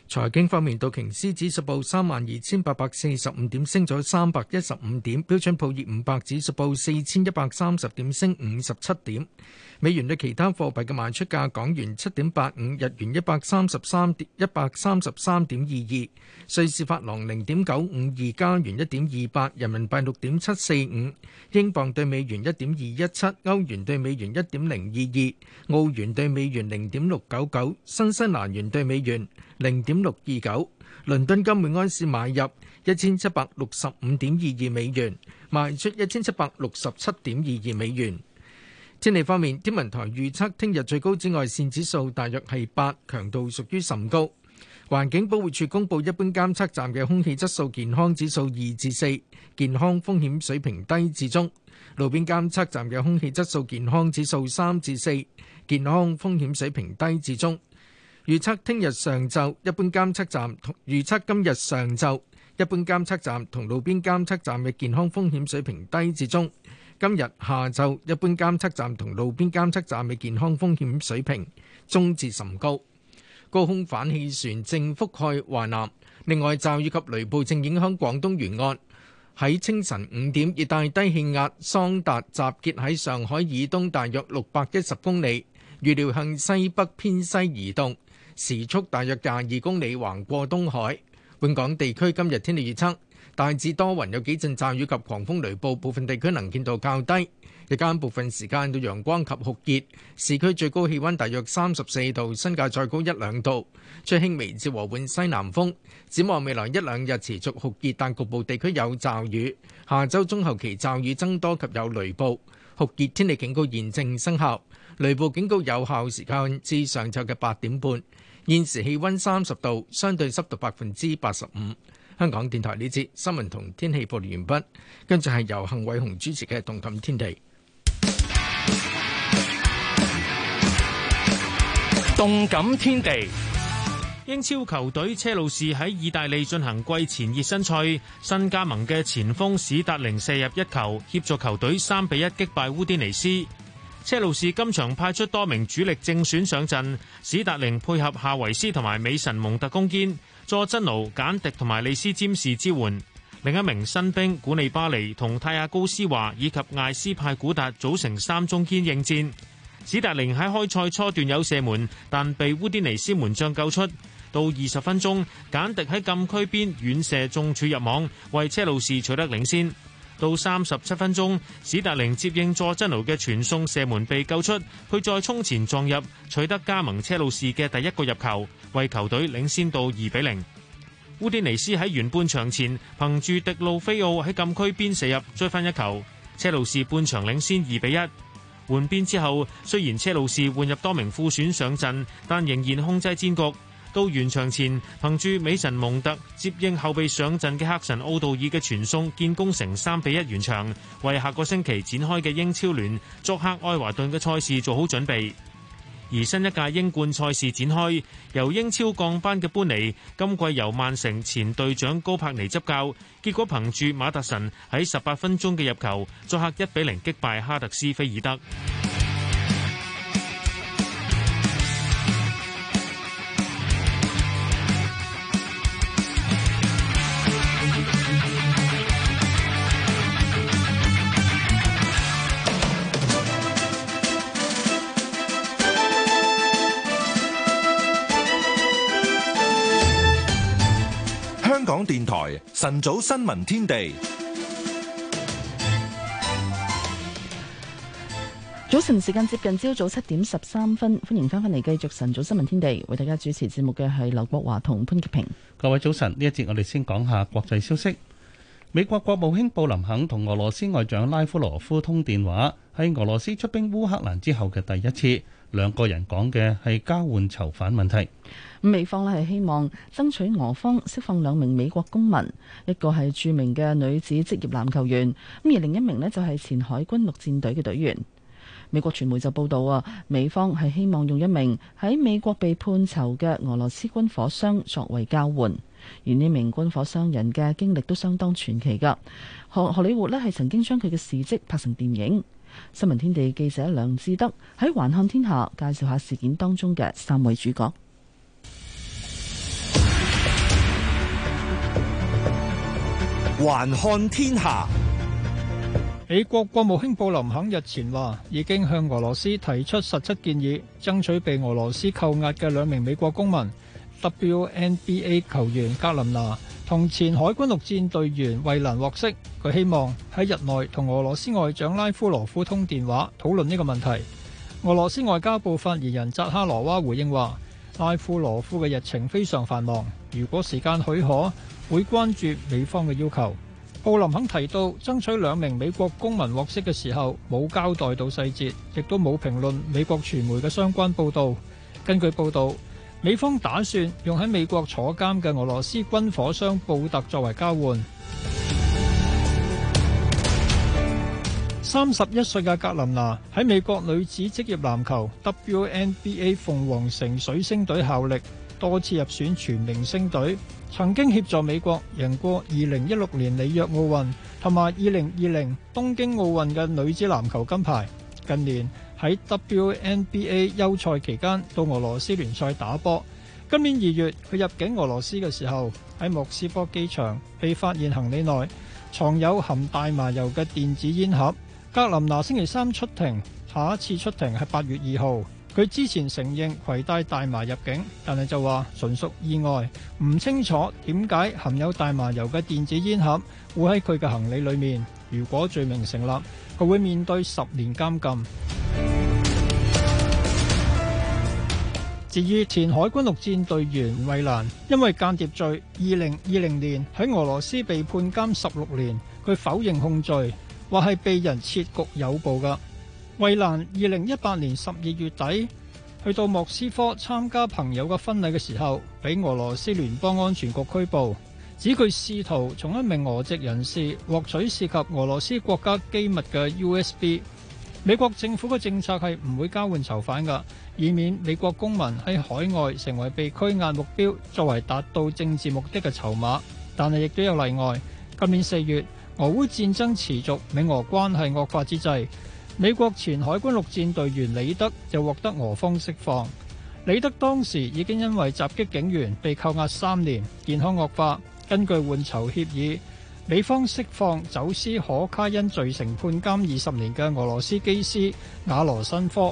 財經方面，道瓊斯指數報三萬二千八百四十五點，升咗三百一十五點；標準普爾五百指數報四千一百三十點，升五十七點。美元對其他貨幣嘅賣出價：港元七點八五，日元一百三十三點一百三十三點二二，瑞士法郎零點九五二，加元一點二八，人民幣六點七四五，英鎊對美元一點二一七，歐元對美元一點零二二，澳元對美元零點六九九，新西蘭元對美元零點六二九。倫敦金每安士買入一千七百六十五點二二美元，賣出一千七百六十七點二二美元。天氣方面，天文台預測聽日最高紫外線指數大約係八，強度屬於甚高。環境保護署公布一般監測站嘅空氣質素健康指數二至四，健康風險水平低至中；路邊監測站嘅空氣質素健康指數三至四，健康風險水平低至中。預測聽日上晝一般監測站同預測今日上晝一般監測站同路邊監測站嘅健康風險水平低至中。今日下晝一般監測站同路邊監測站嘅健康風險水平中至甚高。高空反氣旋正覆蓋華南，另外驟雨及雷暴正影響廣東沿岸。喺清晨五點，熱帶低氣壓桑達集結喺上海以東大約六百一十公里，預料向西北偏西移動，時速大約廿二公里，橫過東海。本港地區今日天氣預測。大致多雲，有幾陣驟雨及狂風雷暴，部分地區能見度較低。日間部分時間到陽光及酷熱，市區最高氣溫大約三十四度，新界再高一兩度。吹輕微至和緩西南風。展望未來一兩日持續酷熱，但局部地區有驟雨。下週中後期驟雨增多及有雷暴，酷熱天氣警告現正生效。雷暴警告有效時間至上晝嘅八點半。現時氣溫三十度，相對濕度百分之八十五。香港電台呢節新聞同天氣報道完畢，跟住係由幸偉雄主持嘅《動感天地》。 動感天地，英超球隊車路士喺意大利進行季前熱身賽，新加盟嘅前鋒史達寧射入一球，協助球隊三比一擊敗烏甸尼斯。車路士今場派出多名主力正選上陣，史達寧配合夏維斯同埋美神蒙特攻堅，佐真奴、簡迪同埋利斯占士支援。另一名新兵古利巴尼同泰亞高斯華以及艾斯派古達組成三中堅應戰。史達寧喺開賽初段有射門，但被烏甸尼斯門將救出。到二十分鐘，簡迪喺禁區邊遠射中柱入網，為車路士取得領先。到三十七分鐘，史達寧接應佐真奴嘅傳送射門被救出，佢再衝前撞入，取得加盟車路士嘅第一個入球，為球隊領先到二比零。烏甸尼斯喺完半場前憑住迪路菲奧喺禁區邊射入追翻一球，車路士半場領先二比一。換邊之後，雖然車路士換入多名副選上陣，但仍然控制戰局。到完場前，憑住美神蒙特接應後備上陣嘅黑神奧道爾嘅傳送，建功成三比一完場，為下個星期展開嘅英超聯作客愛華頓嘅賽事做好準備。而新一屆英冠賽事展開，由英超降班嘅般尼今季由曼城前隊長高柏尼執教，結果憑住馬特臣喺十八分鐘嘅入球，作客一比零擊敗哈特斯菲爾德。 香港電台晨早新聞天地， 早晨時間接近朝早七點十三分，歡迎翻返嚟繼續晨早新聞天地，為大家主持節目嘅係劉國華同潘潔平。 各位早晨，呢一節我哋先講下國際消息。美國國務卿布林肯同俄羅斯外長拉夫羅夫通電話，係俄羅斯出兵烏克蘭之後嘅第一次，兩個人講嘅係交換囚犯問題。 美方咧係希望爭取俄方釋放兩名美國公民，一個係著名嘅女子職業籃球員，咁而另一名咧就係前海軍陸戰隊嘅隊員。美國傳媒就報道啊，美方係希望用一名喺美國被判囚嘅俄羅斯軍火商作為交換，而呢名軍火商人嘅經歷都相當傳奇噶。荷荷里活咧係曾經將佢嘅事蹟拍成電影。新聞天地記者梁志德喺環看天下介紹下事件當中嘅三位主角。 環看天下。 美國國務卿布林肯日前話，已經向俄羅斯提出實質建議，爭取被俄羅斯扣押嘅兩名美國公民 W N B A 球員格林拿同前海軍陸戰隊員惠蘭獲釋。佢希望喺日內同俄羅斯外長拉夫羅夫通電話討論呢個問題。俄羅斯外交部發言人扎哈羅娃回應話，拉夫羅夫嘅日程非常繁忙，如果時間許可，會關注美方嘅要求。布林肯提到，爭取兩名美國公民獲釋嘅時候，冇交代到細節，亦都冇評論美國傳媒嘅相關報導。根據報導，美方打算用喺美國坐監嘅俄羅斯軍火商布特作為交換。三十一歲嘅格林拿喺美國女子職業籃球 W N B A 鳳凰城水星隊效力，多次入選全明星隊，曾經協助美國贏過二零一六年里約奧運同埋二零二零東京奧運嘅女子籃球金牌。近年喺 W N B A 休賽期間到俄羅斯聯賽打波。今年二月佢入境俄羅斯嘅時候，喺莫斯科機場被發現行李內藏有含大麻油嘅電子煙盒。格林拿星期三出庭，下一次出庭係八月二號。佢之前承認攜帶大麻入境，但係就話純屬意外，唔清楚點解含有大麻油嘅電子煙盒會喺佢嘅行李裏面。如果罪名成立，佢會面對十年監禁。至於前海軍陸戰隊員惠蘭，因為間諜罪，二零二零年喺俄羅斯被判監十六年，佢否認控罪，話係被人設局誘捕㗎。惠蘭二零一八年十二月底去到莫斯科參加朋友嘅婚禮嘅時候，俾俄羅斯聯邦安全局拘捕，指佢試圖從一名俄籍人士獲取涉及俄羅斯國家機密嘅 U S B。美國政府嘅政策係唔會交換囚犯㗎，以免美國公民喺海外成為被拘押目標，作為達到政治目的嘅籌碼。但係亦都有例外。今年四月，俄烏戰爭持續，美俄關係惡化之際，美國前海軍陸戰隊員李德就獲得俄方釋放。李德當時已經因為襲擊警員被扣押三年，健康惡化。根據換囚協議，美方釋放走私可卡因罪成判監二十年嘅俄羅斯機師瓦羅申科。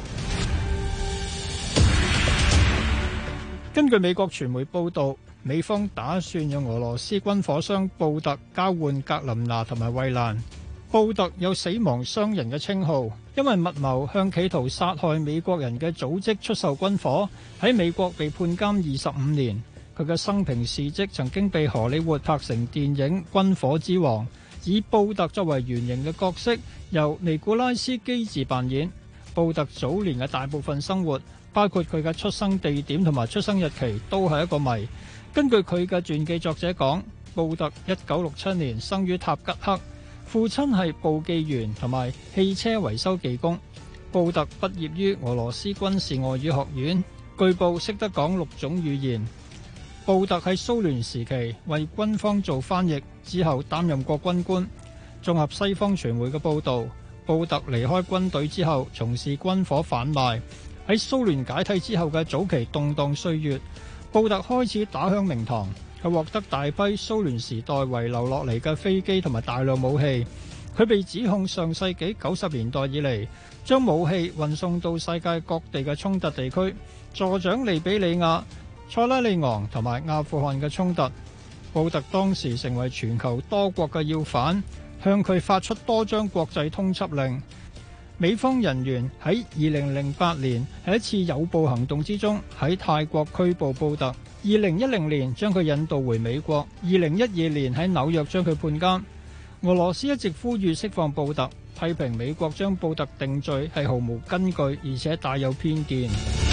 根據美國傳媒報導，美方打算用俄羅斯軍火商布特交換格林拿同埋惠蘭。布特有死亡商人嘅稱號，因為密謀向企圖殺害美國人嘅組織出售軍火，喺美國被判監二十五年。佢嘅生平事蹟曾經被荷里活拍成電影《軍火之王》，以布特作為原型嘅角色，由尼古拉斯基治扮演。布特早年嘅大部分生活，包括佢嘅出生地點同埋出生日期，都係一個謎。根據佢嘅傳記作者講，布特一九六七年生於塔吉克，父親係報記員同埋汽車維修技工。布特畢業於俄羅斯軍事外語學院，據報識得講六種語言。布特喺蘇聯時期為軍方做翻譯，之後擔任過軍官。綜合西方傳媒嘅報導，布特離開軍隊之後從事軍火販賣。喺蘇聯解體之後嘅早期動盪歲月，布特開始打響名堂。佢獲得大批蘇聯時代遺留落嚟嘅飛機同埋大量武器。佢被指控上世紀九十年代以嚟將武器運送到世界各地嘅衝突地區，助長利比里亞、塞拉利昂同埋阿富汗嘅衝突。布特當時成為全球多國嘅要犯，向佢發出多張國際通緝令。美方人員喺二零零八年喺一次誘捕行動之中喺泰國拘捕布特，二零一零年將佢引渡回美國，二零一二年喺紐約將佢判監。俄羅斯一直呼籲釋放布特，批評美國將布特定罪係毫無根據，而且帶有偏見。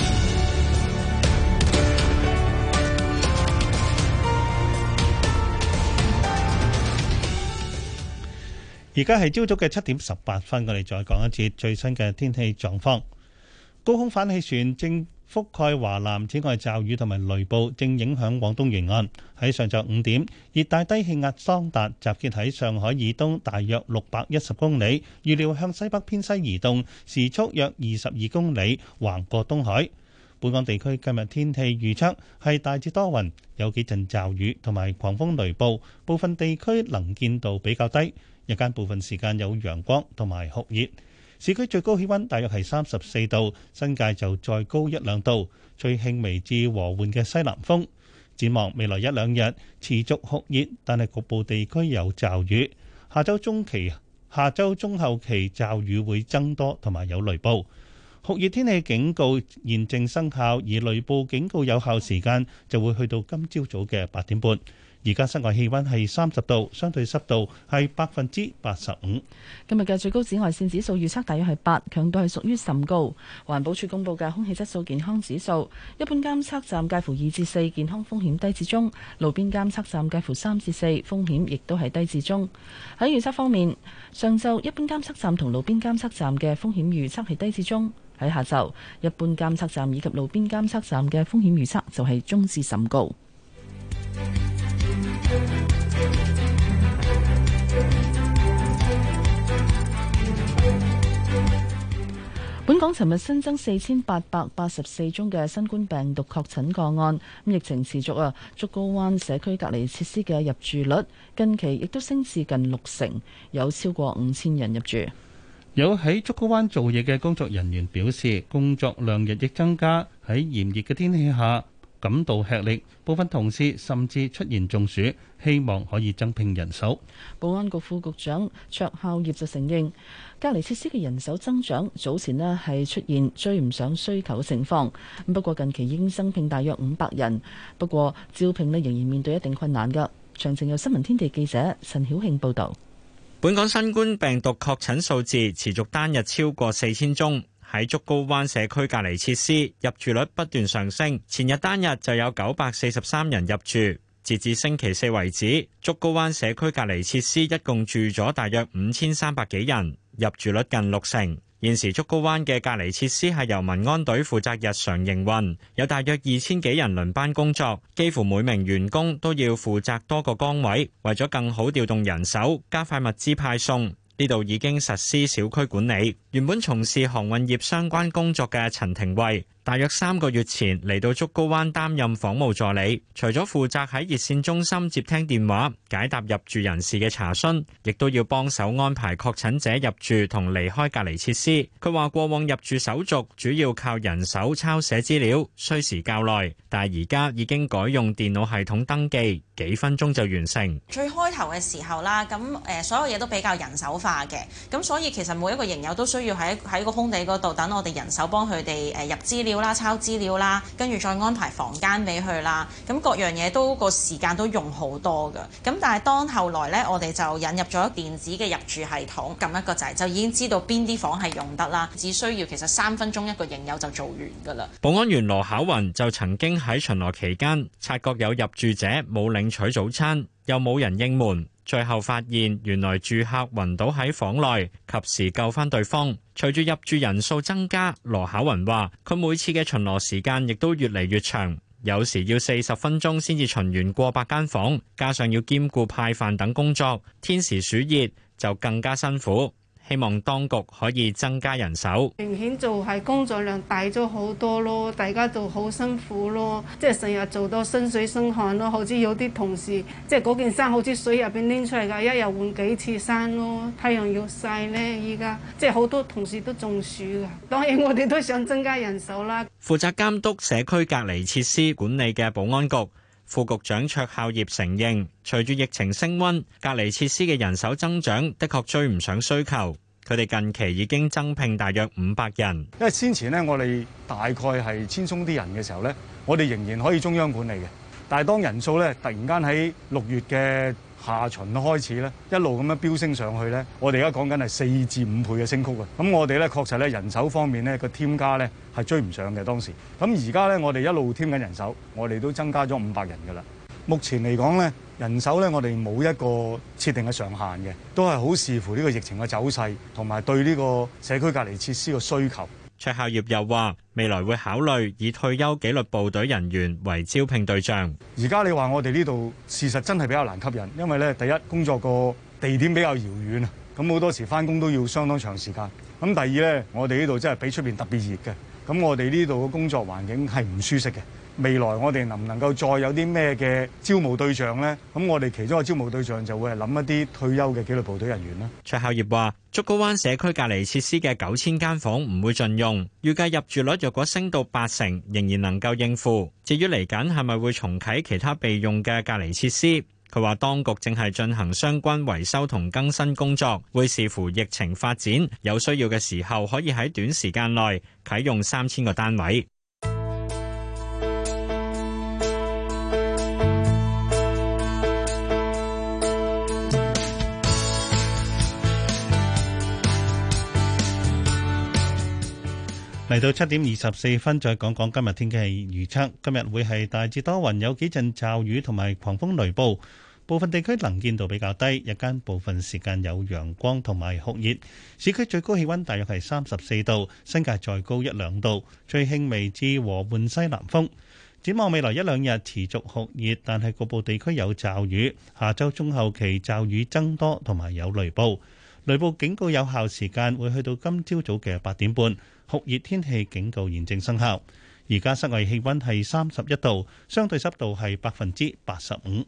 而家係朝早嘅七點十八分，我哋再講一次最新嘅天氣狀況。高空反氣旋正覆蓋華南，此外驟雨同埋雷暴正影響廣東沿岸。喺上晝五點，熱帶低氣壓桑達集結喺上海以東大約六百一十公里，預料向西北偏西移動，時速約二十二公里，橫過東海。 本港地區今日天氣預測係大致多雲，有幾陣驟雨同埋狂風雷暴，部分地區能見度比較低。日間部分時間有陽光同埋酷熱，市區最高氣溫大約係三十四度，新界就再高一兩度，吹輕微至和緩嘅西南風。展望未來一兩日持續酷熱，但係局部地區有驟雨。下週中期、下週中後期驟雨會增多同埋有雷暴。酷熱天氣警告現正生效，而雷暴警告有效時間就會去到今朝早嘅八點半。而家室外氣溫係三十度，相對濕度係百分之八十五。 今日嘅最高紫外線指數預測大約係八，強度係屬於甚高。環保署公布嘅空氣質素健康指數，一般監測站介乎二至四，健康風險低至中；路邊監測站介乎三至四，風險亦都係低至中。喺預測方面，上晝一般監測站同路邊監測站嘅風險預測係低至中。喺下晝，一般監測站以及路邊監測站嘅風險預測就係中至甚高。本港尋日新增四千八百八十四宗嘅新冠病毒確診個案，疫情持續啊，竹篙灣社區隔離設施嘅入住率近期亦都升至近六成，有超過五千人入住。 有喺竹篙灣做嘢嘅工作人員表示，工作量日益增加，喺炎熱嘅天氣下感到吃力，部分同事甚至出現中暑，希望可以增聘人手。 保安局副局長卓孝業就承認，隔離設施嘅人手增長早前呢係出現追唔上需求嘅情況，不過近期已經增聘大約五百人，不過招聘呢仍然面對一定困難㗎。詳情由新聞天地記者陳曉慶報導。 本港新冠病毒確診數字持續單日超過四千宗。喺竹篙灣社區隔離設施入住率不斷上升，前日單日就有九百四十三人入住。截至星期四為止，竹篙灣社區隔離設施一共住咗大約五千三百幾人，入住率近六成。現時竹篙灣嘅隔離設施係由民安隊負責日常營運，有大約二千幾人輪班工作，幾乎每名員工都要負責多個崗位。為咗更好調動人手，加快物資派送，呢度已經實施小區管理。原本從事航運業相關工作嘅陳庭慧，大約三個月前嚟到竹篙灣擔任房務助理，除咗負責喺熱線中心接聽電話、解答入住人士嘅查詢，亦都要幫手安排確診者入住同離開隔離設施。佢話過往入住手續主要靠人手抄寫資料，需時較耐，但係而家已經改用電腦系統登記，幾分鐘就完成。 最開頭嘅時候啦，咁誒所有嘢都比較人手化嘅，咁所以其實每一個營友都需要喺喺個空地嗰度等我哋人手幫佢哋誒入資料啦、抄資料啦，跟住再安排房間俾佢啦。咁各樣嘢都個時間都用好多㗎。咁但係當後來呢，我哋就引入咗電子嘅入住系統，撳一個掣就已經知道邊啲房係用得啦。只需要其實三分鐘一個營友就做完㗎啦。 保安員羅巧雲就曾經喺巡邏期間察覺有入住者冇領取早餐，又冇人應門。最後發現原來住客暈倒喺房內，及時救返對方。隨住入住人數增加，羅巧雲話佢每次嘅巡邏時間亦都越嚟越長，有時要四十分鐘先至巡完過百間房，加上要兼顧派飯等工作，天時暑熱就更加辛苦。希望當局可以增加人手。 明顯就係工作量大咗好多咯，大家就好辛苦咯，即係成日做到身水身汗咯。好似有啲同事，即係嗰件衫好似水入邊拎出嚟㗎，一日換幾次衫咯。太陽要曬呢，依家即係好多同事都中暑㗎。當然我哋都想增加人手啦。 負責監督社區隔離設施管理嘅保安局副局長卓孝業承認，隨住疫情升溫，隔離設施嘅人手增長的確追唔上需求。佢哋近期已經增聘大約五百人。 因為先前呢，我哋大概係千鬆啲人嘅時候呢，我哋仍然可以中央管理嘅。但係當人數咧突然間喺六月嘅下旬開始咧，一路咁樣飆升上去咧，我哋而家講緊係四至五倍嘅升幅啊！咁我哋咧確實咧人手方面咧個添加咧係追唔上嘅當時。咁而家咧我哋一路添緊人手，我哋都增加咗五百人㗎啦。目前嚟講咧，人手咧我哋冇一個設定嘅上限嘅，都係好視乎呢個疫情嘅走勢同埋對呢個社區隔離設施嘅需求。 卓孝業又話：未來會考慮以退休紀律部隊人員為招聘對象。 而家你話我哋呢度事實真係比較難吸引，因為咧第一工作個地點比較遙遠啊，咁好多時返工都要相當長時間。咁第二咧，我哋呢度真係比出邊特別熱嘅， 咁我哋呢度嘅工作環境係唔舒適嘅。未來我哋能唔能夠再有啲咩嘅招募對象呢？咁我哋其中一個招募對象就會係諗一啲退休嘅紀律部隊人員啦。 卓孝業話：竹篙灣社區隔離設施嘅九千間房唔會盡用，預計入住率若果升到八成，仍然能夠應付。至於嚟緊係咪會重啟其他備用嘅隔離設施？佢話當局正係進行相關維修同更新工作，會視乎疫情發展，有需要嘅時候可以喺短時間內啟用三千個單位。 嚟到七點二十四分，再講講今日天氣預測。今日會係大致多雲，有幾陣驟雨同埋狂風雷暴，部分地區能見度比較低。日間部分時間有陽光同埋酷熱，市區最高氣溫大約係三十四度，新界再高一兩度，吹輕微至和緩西南風。展望未來一兩日持續酷熱，但係局部地區有驟雨。下週中後期驟雨增多同埋有雷暴，雷暴警告有效時間會去到今朝早嘅八點半。酷熱天氣警告現正生效。而家室外氣溫係三十一度，相對濕度係百分之八十五。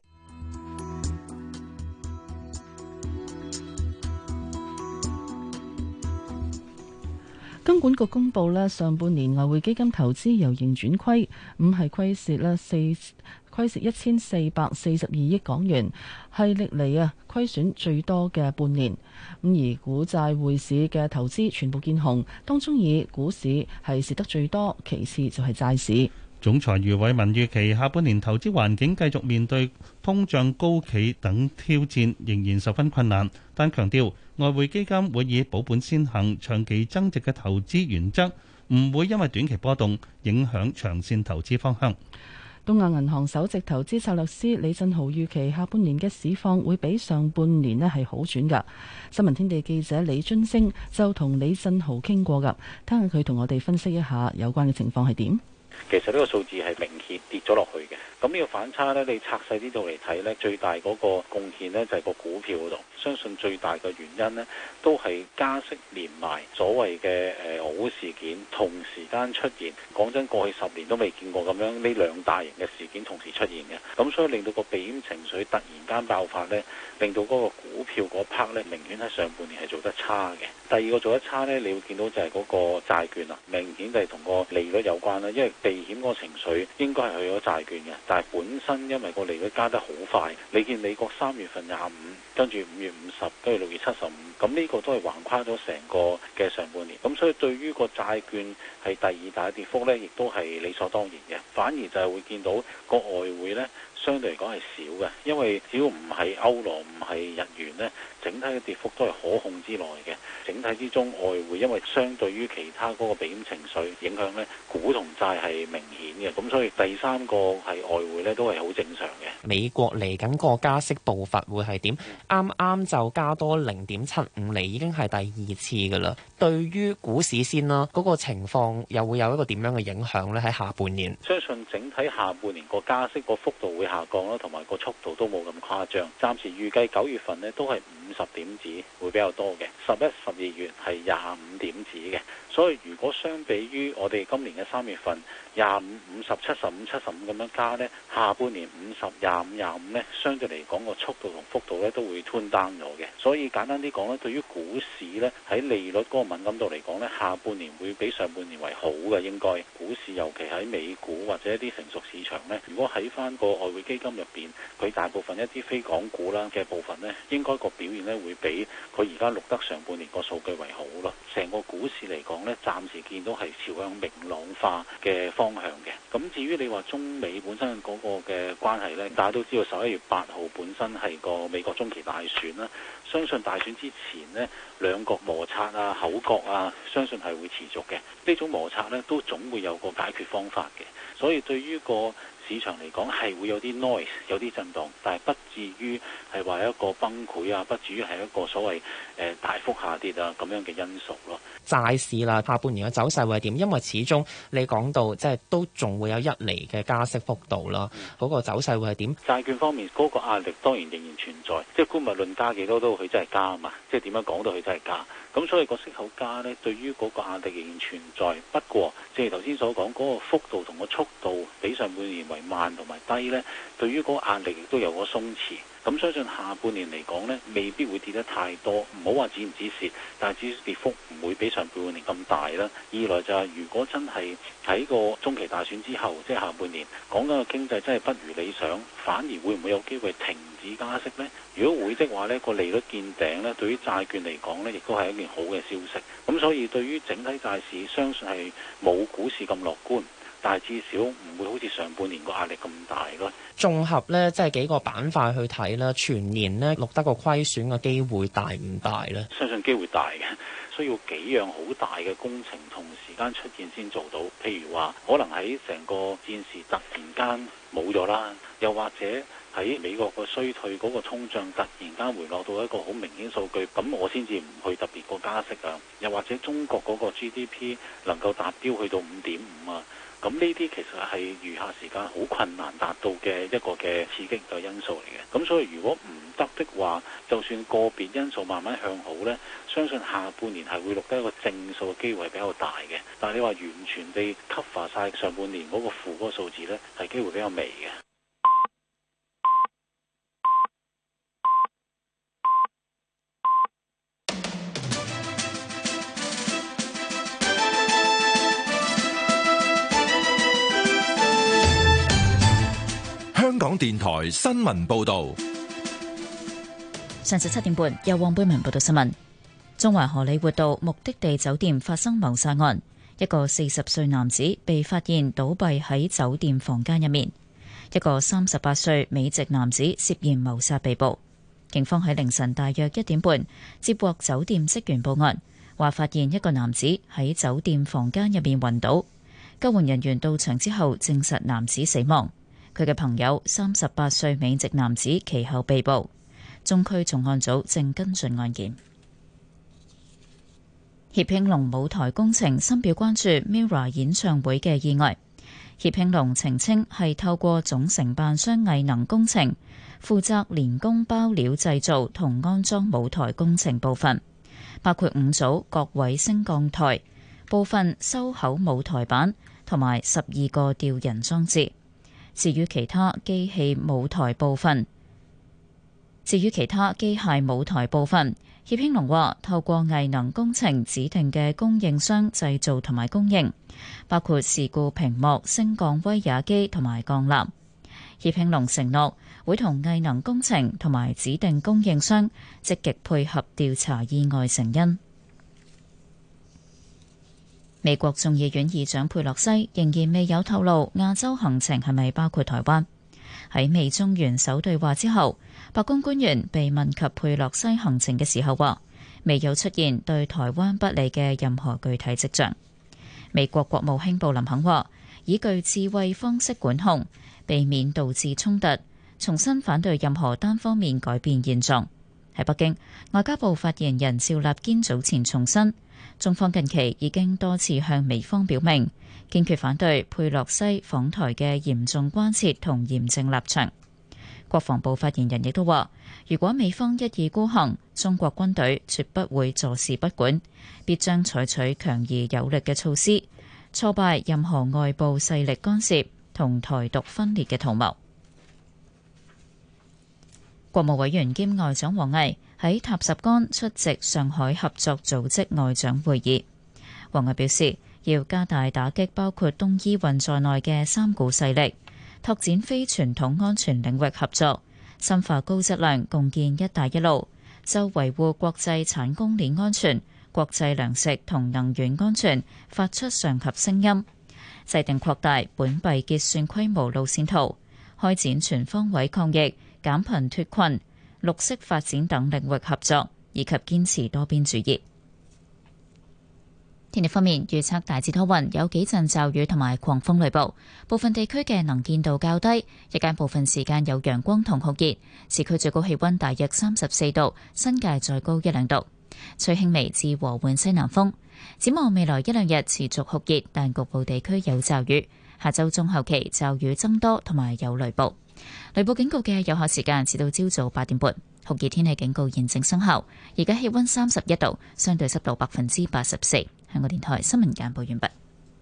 金管局公布咧，上半年外匯基金投資由盈轉虧，咁係虧蝕咧四虧蝕一千四百四十二億港元，係歷嚟啊虧損最多嘅半年。咁而股債匯市嘅投資全部見紅，當中以股市係蝕得最多，其次就係債市。 總裁余偉文預期下半年投資環境繼續面對通脹高企等挑戰，仍然十分困難，但強調外匯基金會以保本先行、長期增值嘅投資原則，唔會因為短期波動影響長線投資方向。 東亞銀行首席投資策略師李振豪預期下半年嘅市況會比上半年咧係好轉㗎。新聞天地記者李津升就同李振豪傾過㗎，聽下佢同我哋分析一下有關嘅情況係點。 其實呢個數字係明顯跌咗落去嘅，咁呢個反差呢，你拆細啲度嚟睇呢，最大嗰個貢獻呢就係個股票嗰度。相信最大嘅原因呢，都係加息連埋所謂嘅誒俄烏事件同時間出現。講真，過去十年都未見過咁樣呢兩大型嘅事件同時出現嘅，咁所以令到個避險情緒突然間爆發呢，令到嗰個股票嗰 part 呢，明顯喺上半年係做得差嘅。第二個做得差呢，你會見到就係嗰個債券啊，明顯就係同個利率有關啦，因為避險嗰個情緒應該係去咗債券嘅，但係本身因為個利率加得好快，你見美國三月份廿五，跟住五月五十，跟住六月七十五，咁呢個都係橫跨咗成個嘅上半年，咁所以對於個債券係第二大跌幅呢，亦都係理所當然嘅，反而就係會見到個外匯呢，相對嚟講係少嘅，因為只要唔係歐羅唔係日元呢，整體嘅跌幅都係可控之內嘅。整體之中，外匯因為相對於其他嗰個避險情緒影響呢，股同債係明顯嘅，咁所以第三個係外匯呢，都係好正常嘅。 美國嚟緊個加息步伐會係點？啱啱就加多零點七五厘，已經係第二次㗎啦。對於股市先啦，嗰個情況又會有一個點樣嘅影響呢？喺下半年， 相信整體下半年個加息個幅度會下降啦，同埋個速度都冇咁誇張。暫時預計九月份呢都係五十點子會比較多嘅，十一、十二月係廿五點子嘅。所以如果相比於我哋今年嘅三月份廿五、五十、七十五、七十五咁樣加呢，下半年五十、廿五、廿五呢，相對嚟講個速度同幅度呢都會 tune down 咗嘅。所以簡單啲講呢，對於股市呢，喺利率嗰個敏感度嚟講呢，下半年會比上半年為好嘅。應該股市尤其喺美股或者一啲成熟市場呢，如果喺翻個外匯基金入邊，佢大部分一啲非港股啦嘅部分呢，應該個表現呢會比佢而家錄得上半年個數據為好咯。成個股市嚟講呢，暫時見到係朝向明朗化嘅方向嘅。咁至於你話中美本身嗰個嘅關係呢，大家都知道十一月八號本身係個美國中期大選啦。相信大選之前呢，兩國摩擦啊、口角啊，相信係會持續嘅。呢種摩擦呢，都總會有個解決方法嘅。所以對於個市場嚟講係會有啲 noise， 有啲震盪，但係不至於係話一個崩潰啊，不至於係一個所謂誒、呃、大幅下跌啊咁樣嘅因素咯。 債市啦，下半年嘅走勢會係點？因為始終你講到即係都仲會有一厘嘅加息幅度啦，嗰、嗯、個走勢會係點？債券方面嗰、那個壓力當然仍然存在，即係姑勿論加幾多都佢真係加啊嘛，即係點樣講到佢真係加。 咁所以個息口加呢，對於嗰個壓力仍然存在。不過，正如頭先所講，嗰、那個幅度同個速度比上半年為慢同埋低呢，對於嗰個壓力亦都有個鬆弛。咁相信下半年嚟講呢，未必會跌得太多，唔好話止唔止蝕，但係至少跌幅唔會比上半年咁大啦。二來就係、是、如果真係喺個中期大選之後，即係下半年講緊個經濟真係不如理想，反而會唔會有機會停止加息呢？如果會的話呢，個利率見頂呢，對於債券嚟講呢，亦都係一件好嘅消息。咁所以對於整體債市，相信係冇股市咁樂觀。但係至少唔會好似上半年個壓力咁大咯。 綜合咧，即係幾個板塊去睇啦，全年咧錄得個虧損嘅機會大唔大咧？ 相信機會大嘅，需要幾樣好大嘅工程同時間出現先做到。譬如話，可能喺成個戰事突然間冇咗啦，又或者喺美國個衰退嗰個通脹突然間回落到一個好明顯數據，咁我先至唔去特別個加息啊。又或者中國嗰個 G D P 能夠達標去到五點五啊。咁呢啲其實係餘下時間好困難達到嘅一個嘅刺激嘅因素嚟嘅。咁所以如果唔得的話，就算個別因素慢慢向好呢，相信下半年係會錄得一個正數嘅機會係比較大嘅。但係你話完全地 cover 晒上半年嗰個負嗰個數字呢，係機會比較微嘅。 香港電台新聞報道， 上晝七點半，由黃貝文報道新聞。中環荷里活道目的地酒店發生謀殺案，一個四十歲男子被發現倒斃喺酒店房間入面，一個三十八歲美籍男子涉嫌謀殺被捕。警方喺凌晨大約一點半接獲酒店職員報案，話發現一個男子喺酒店房間入面暈倒，救援人員到場之後證實男子死亡。佢嘅朋友三十八歲美籍男子其後被捕，中區重案組正跟進案件。協興龍舞台工程深表關注 MIRROR 演唱會嘅意外。協興龍澄清係透過總承辦商藝能工程負責連工包料製造同安裝舞台工程部分，包括五組各位升降台、部分收口舞台板同埋十二個吊人裝置。至於其他機器舞台部分，至於其他機械舞台部分，協興龍話透過藝能工程指定嘅供應商製造同埋供應，包括事故屏幕、升降威亞機同埋鋼纜。協興龍承諾會同藝能工程同埋指定供應商積極配合調查意外成因。美國眾議院議長佩洛西仍然未有透露亞洲行程係咪包括台灣。喺美中元首對話之後，白宮官員被問及佩洛西行程嘅時候話，未有出現對台灣不利嘅任何具體跡象。美國國務卿布林肯話，以具智慧方式管控，避免導致衝突，重新反對任何單方面改變現狀。喺北京，外交部發言人趙立堅早前重申，中方近期已經多次向美方表明，堅決反對佩洛西訪台嘅嚴重關切同嚴正立場。國防部發言人亦都話，如果美方一意孤行，中國軍隊絕不會坐視不管，必將採取強而有力嘅措施，挫敗任何外部勢力干涉同台獨分裂嘅圖謀。國務委員兼外長王毅喺塔什干出席上海合作組織外長會議。王毅表示，要加大打擊包括東伊運在內嘅三股勢力，拓展非傳統安全領域合作，深化高質量共建一帶一路，就維護國際產供鏈安全、國際糧食同能源安全發出上合聲音，制定擴大本幣結算規模路線圖，開展全方位抗疫、減貧脫困、綠色發展等領域合作，以及堅持多邊主義。天氣方面，預測大致多雲，有幾陣驟雨同埋狂風雷暴，部分地區嘅能見度較低，日間部分時間有陽光同酷熱，市區最高氣溫大約三十四度，新界再高一兩度，吹輕微至和緩西南風。展望未來一兩日持續酷熱，但局部地區有驟雨，下週中後期驟雨增多同埋有雷暴。雷暴警告嘅有效時間至到朝早八點半。 酷熱天氣警告現正生效。而家氣溫三十一度，相對濕度百分之八十四。香港電台新聞簡報完畢。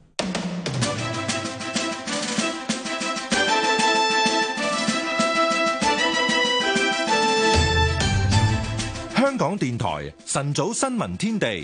香港電台晨早新聞天地。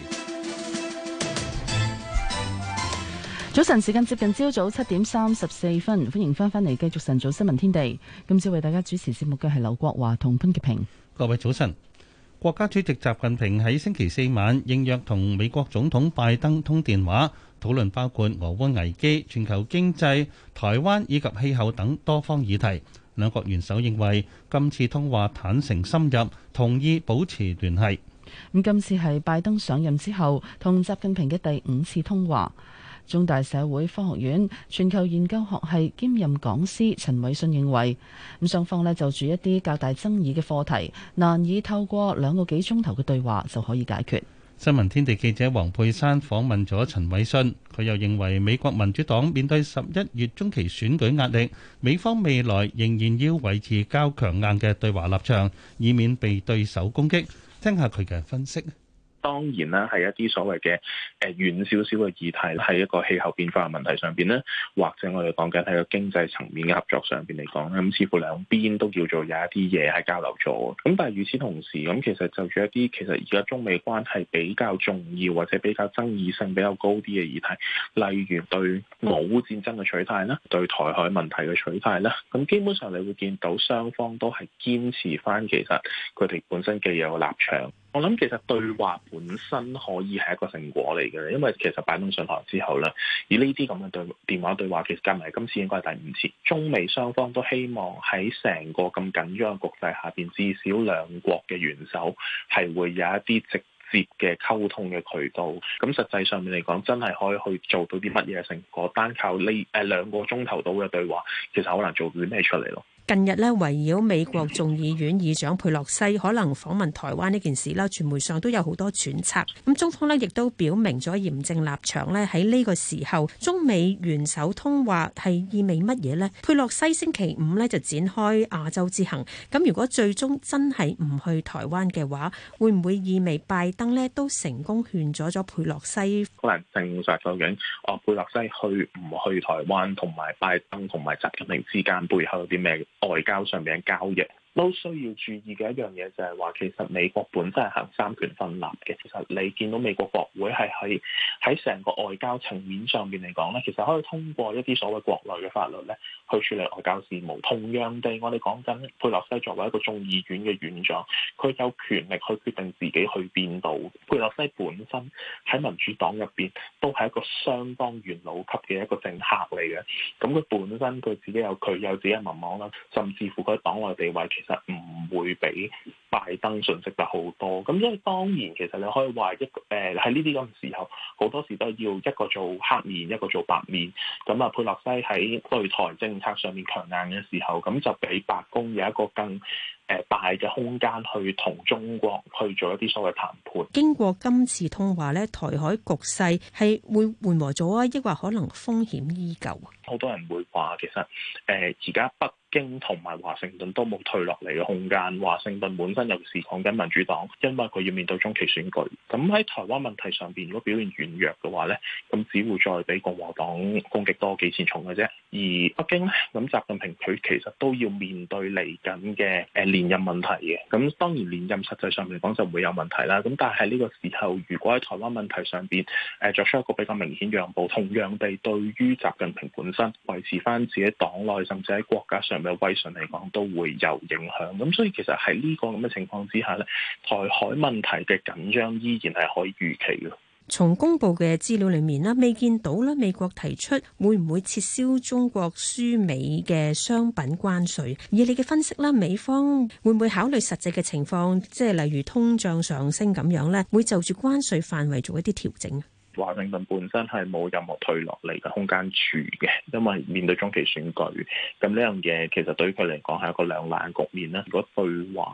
早晨時間接近朝早七點三十四分，歡迎翻返嚟繼續晨早新聞天地。今朝為大家主持節目嘅係劉國華同潘潔平。 各位早晨。國家主席習近平喺星期四晚應約同美國總統拜登通電話，討論包括俄烏危機、全球經濟、台灣以及氣候等多方議題。兩國元首認為今次通話坦誠深入，同意保持聯繫。 咁今次係拜登上任之後同習近平嘅第五次通話。中大社會科學院全球研究學系兼任講師陳偉信認為，咁雙方呢就住一啲較大爭議嘅課題，難以透過兩個幾鐘頭嘅對話就可以解決。 新聞天地記者黃佩珊訪問咗陳偉信，佢又認為美國民主黨面對十一月中期選舉壓力，美方未來仍然要維持較強硬嘅對話立場，以免被對手攻擊。聽下佢嘅分析。 當然啦，係一啲所謂嘅誒遠少少嘅議題，喺一個氣候變化嘅問題上邊咧，或者我哋講緊喺個經濟層面嘅合作上邊嚟講咧，咁似乎兩邊都叫做有一啲嘢係交流咗。咁但係與此同時，咁其實就住一啲其實而家中美關係比較重要或者比較爭議性比較高啲嘅議題，例如對俄烏戰爭嘅取態啦，對台海問題嘅取態啦，咁基本上你會見到雙方都係堅持翻其實佢哋本身既有嘅立場。我諗其實對話本身可以係一個成果嚟嘅，因為其實拜登上台之後咧，而呢啲咁嘅對電話對話，其實加埋今次應該係第五次。中美雙方都希望喺成個咁緊張嘅局勢下邊，至少兩國嘅元首係會有一啲直接嘅溝通嘅渠道。咁實際上面嚟講，真係可以去做到啲乜嘢成果？單靠呢誒兩個鐘頭到嘅對話，其實好難做到啲咩出嚟咯。 近日咧，圍繞美國眾議院議長佩洛西可能訪問台灣呢件事啦，傳媒上都有好多揣測。咁中方咧亦都表明咗嚴正立場咧，喺呢個時候中美元首通話係意味乜嘢呢？佩洛西星期五咧就展開亞洲之行，咁如果最終真係唔去台灣嘅話，會唔會意味拜登咧都成功勸咗咗佩洛西？ 好難證實究竟哦佩洛西去唔去台灣，同埋拜登同埋習近平之間背後有啲咩外交上面嘅交易？都需要注意嘅一樣嘢就係話，其實美國本身係行三權分立嘅。其實你見到美國國會係喺喺成個外交層面上邊嚟講咧，其實可以通過一啲所謂國內嘅法律咧，去處理外交事務。同樣地，我哋講緊佩洛西作為一個眾議院嘅院長，佢有權力去決定自己去邊度。佩洛西本身喺民主黨入邊都係一個相當元老級嘅一個政客嚟嘅。咁佢本身佢自己有佢有自己嘅民望啦，甚至乎佢喺黨內地位其實就唔會比拜登遜色得好多，咁所以當然其實你可以話一個誒喺呢啲咁嘅時候，好多時都要一個做黑面，一個做白面。咁啊，佩洛西喺對台政策上面強硬嘅時候，咁就比白宮有一個更誒大嘅空間去同中國去做一啲所謂談判。 經過今次通話咧，台海局勢係會緩和咗啊，抑或可能風險依舊？ 好多人會話其實誒而家北京同埋華盛頓都冇退落嚟嘅空間。華盛頓本身尤其是講緊民主黨，因為佢要面對中期選舉。咁喺台灣問題上邊，如果表現軟弱嘅話咧，咁只會再俾共和黨攻擊多幾次重嘅啫。而北京咧，咁習近平佢其實都要面對嚟緊嘅誒連任問題嘅。咁當然連任實際上嚟講就唔會有問題啦。咁但係喺呢個時候，如果喺台灣問題上邊誒作出一個比較明顯讓步，同樣地對於習近平本身維持翻自己黨內甚至喺國家上嘅威信嚟講，都會有影響。咁所以其實喺呢個咁嘅情況之下咧，台海問題嘅緊張依然係可以預期嘅。 從公布嘅資料裏面啦，未見到咧美國提出會唔會撤銷中國輸美嘅商品關稅。以你嘅分析啦，美方會唔會考慮實際嘅情況，即係例如通脹上升咁樣咧，會就住關稅範圍做一啲調整？ 華盛頓本身係冇任何退落嚟嘅空間住嘅，因為面對中期選舉，咁呢樣嘢其實對於佢嚟講係一個兩難局面啦。如果對話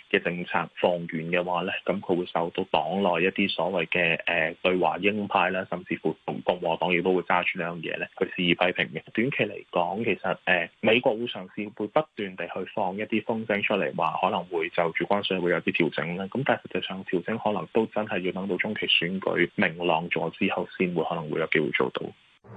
嘅政策放軟嘅話咧，咁佢會受到黨內一啲所謂嘅誒、呃、對華鷹派啦，甚至乎同共和黨亦都會揸住呢樣嘢咧，去肆意批評嘅。短期嚟講，其實誒、呃、美國會嘗試會不斷地去放一啲風聲出嚟，話可能會就住關稅會有啲調整啦。咁但係實際上調整可能都真係要等到中期選舉明朗咗之後，先會可能會有機會做到。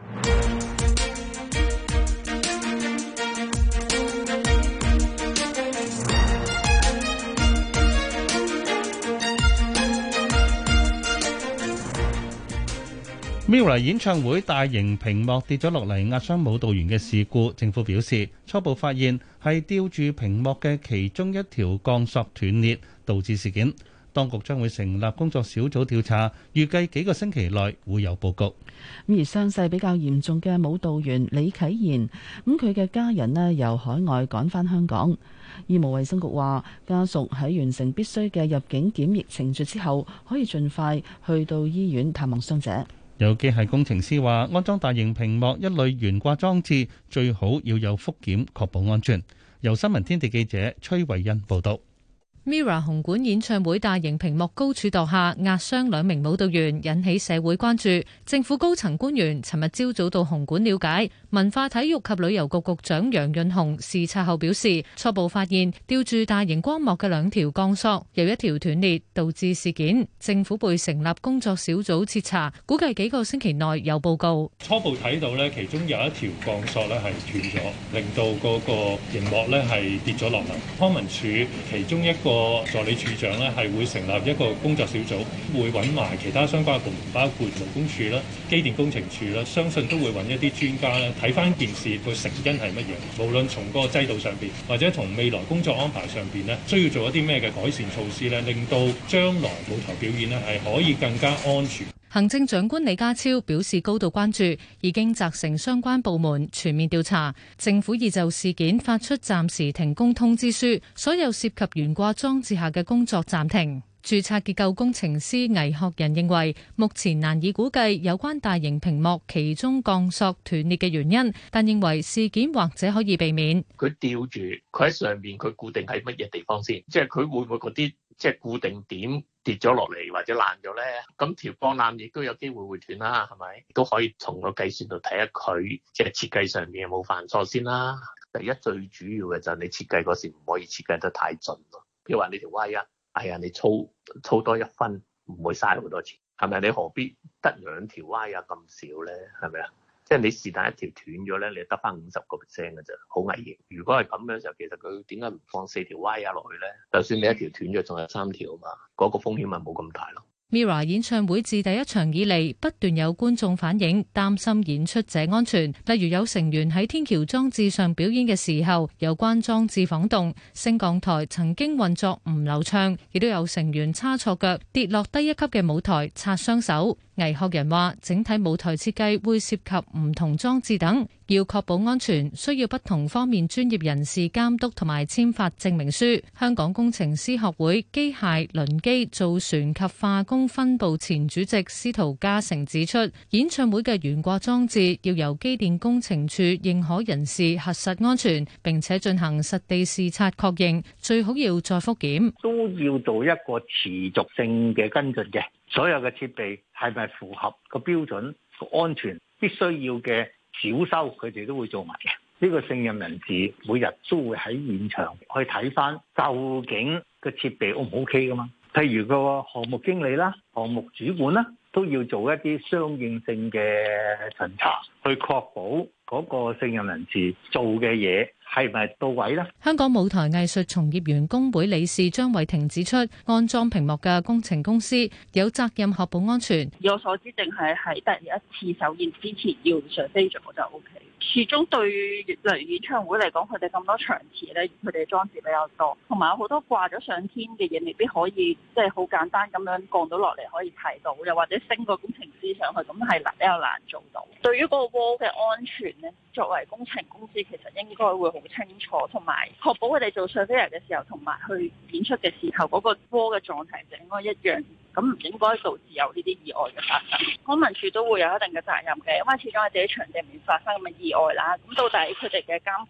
Mirror 演唱會大型屏幕跌咗落嚟壓傷舞蹈員嘅事故，政府表示初步發現係吊住屏幕嘅其中一條鋼索斷裂導致事件。當局將會成立工作小組調查，預計幾個星期內會有報告。 而傷勢比較嚴重嘅舞蹈員李啟賢，咁佢嘅家人呢由海外趕返香港。醫務衛生局話，家屬喺完成必須嘅入境檢疫程序之後，可以盡快去到醫院探望傷者。 有機械工程師話，安裝大型屏幕一類懸掛裝置，最好要有復檢，確保安全。由新聞天地記者崔慧欣報道。 Mirror 紅館演唱會大型屏幕高處墮下，壓傷兩名舞蹈員，引起社會關注。政府高層官員尋日朝早到紅館了解。文化體育及旅遊局局長楊潤雄視察後表示，初步發現吊住大型光幕嘅兩條鋼索有一條斷裂，導致事件。政府會成立工作小組徹查，估計幾個星期內有報告。 初步睇到呢，其中有一條鋼索呢係斷咗，令到嗰個熒幕呢係跌咗落嚟。康文署其中一個助理處長呢係會成立一個工作小組，會揾埋其他相關部門，包括勞工處啦、機電工程處啦，相信都會揾一啲專家咧睇翻件事個成因係乜嘢。無論從個制度上邊，或者從未來工作安排上邊呢，需要做一啲咩嘅改善措施呢，令到將來舞台表演呢係可以更加安全。 行政長官李家超表示高度關注，已經責成相關部門全面調查。政府已就事件發出暫時停工通知書，所有涉及懸掛裝置下嘅工作暫停。註冊結構工程師倪學仁認為，目前難以估計有關大型屏幕其中鋼索斷裂嘅原因，但認為事件或者可以避免。 佢吊住，佢喺上面，佢固定喺乜嘢地方先？即係佢會唔會嗰啲即係固定點跌咗落嚟或者爛咗咧？咁條鋼纜亦都有機會會斷啦，係咪？都可以從個計算度睇下佢即係設計上面有冇犯錯先啦。第一最主要嘅就係你設計嗰時唔可以設計得太盡咯。譬如話你條歪啊。哎呀，你操操多一分唔會嘥好多錢，係咪？你何必得兩條歪啊咁少咧？係咪啊？即係你是但一條斷咗咧，你得翻五十個 percent 嘅啫，好危險。如果係咁樣嘅時候，其實佢點解唔放四條歪啊落去咧？就算你一條斷咗，仲有三條啊嘛，嗰個風險咪冇咁大咯。 Mirror 演唱會自第一場以嚟不斷有觀眾反映擔心演出者安全，例如有成員喺天橋裝置上表演嘅時候，有關裝置晃動，升降台曾經運作唔流暢，亦都有成員叉錯腳跌落低一級嘅舞台擦傷手。倪學仁話：整體舞台設計會涉及唔同裝置等，要確保安全，需要不同方面專業人士監督同埋簽發證明書。香港工程師學會機械、輪機、造船及化工分部前主席司徒嘉誠指出，演唱會嘅懸掛裝置要由機電工程處認可人士核實安全，並且進行實地視察確認，最好要再復檢， 都要做一個持續性嘅跟進嘅。所有嘅設備係咪符合個標準、個安全必須要嘅小修，佢哋都會做埋嘅。呢個勝任人士每日都會喺現場去睇翻，究竟個設備 O 唔 OK 噶嘛？譬如個項目經理啦、項目主管啦，都要做一啲相應性嘅巡查，去確保嗰個勝任人士做嘅嘢係咪到位呢？ 香港舞台藝術從業員工會理事張慧婷指出，安裝屏幕嘅工程公司有責任確保安全。 以我所知，淨係喺第一次首演之前要上飛咗就 O K。始終對例如演唱會嚟講，佢哋咁多場次咧，佢哋裝置比較多，同埋有好多掛咗上天嘅嘢，未必可以即係好簡單咁樣降到落嚟可以睇到，又或者升個工程師上去，咁係難比較難做到。對於嗰個窩嘅安全咧，作為工程公司其實應該會好清楚，同埋確保佢哋做 surveyor 嘅時候，同埋去演出嘅時候，嗰個窩嘅狀態就應該一樣。咁唔應該導致有呢啲意外嘅發生，康文署都會有一定嘅責任嘅，因為始終係自己場地入面發生咁嘅意外啦。咁到底佢哋嘅監管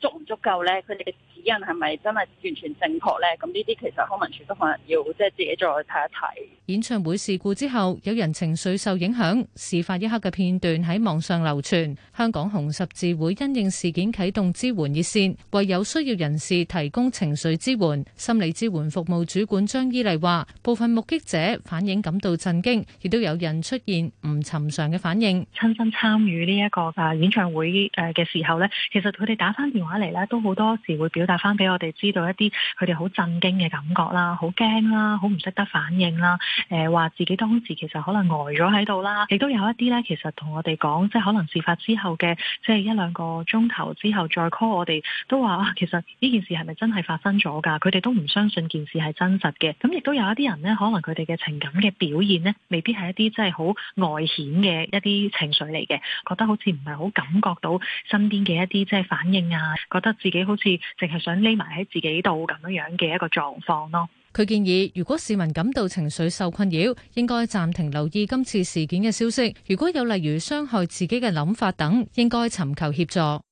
足唔足夠咧？佢哋嘅指引係咪真係完全正確咧？咁呢啲其實康文署都可能要即係自己再睇一睇。 演唱會事故之後，有人情緒受影響，事發一刻嘅片段喺網上流傳。香港紅十字會因應事件啟動支援熱線，為有需要人士提供情緒支援。心理支援服務主管張伊麗話，部分目擊者反映感到震驚，亦都有人出現唔尋常嘅反應。 親身參與呢一個誒演唱會誒嘅時候呢，其實佢哋打翻電話嚟呢，都好多時會表達翻俾我哋知道一啲佢哋好震驚嘅感覺啦，好驚啦，好唔識得反應啦。誒話自己當時其實可能呆咗喺度啦，亦都有一啲咧，其實同我哋講，即係可能事發之後嘅，即係一兩個鐘頭之後再 call 我哋，都話啊，其實呢件事係咪真係發生咗㗎？佢哋都唔相信件事係真實嘅。咁亦都有一啲人呢，可能佢哋嘅情感嘅表現呢，未必係一啲即係好外顯嘅一啲情緒嚟嘅，覺得好似唔係好感覺到身邊嘅一啲即係反應啊，覺得自己好似淨係想匿埋喺自己度咁樣樣嘅一個狀況咯。 佢建議，如果市民感到情緒受困擾，應該暫停留意今次事件嘅消息。如果有例如傷害自己嘅諗法等，應該尋求協助。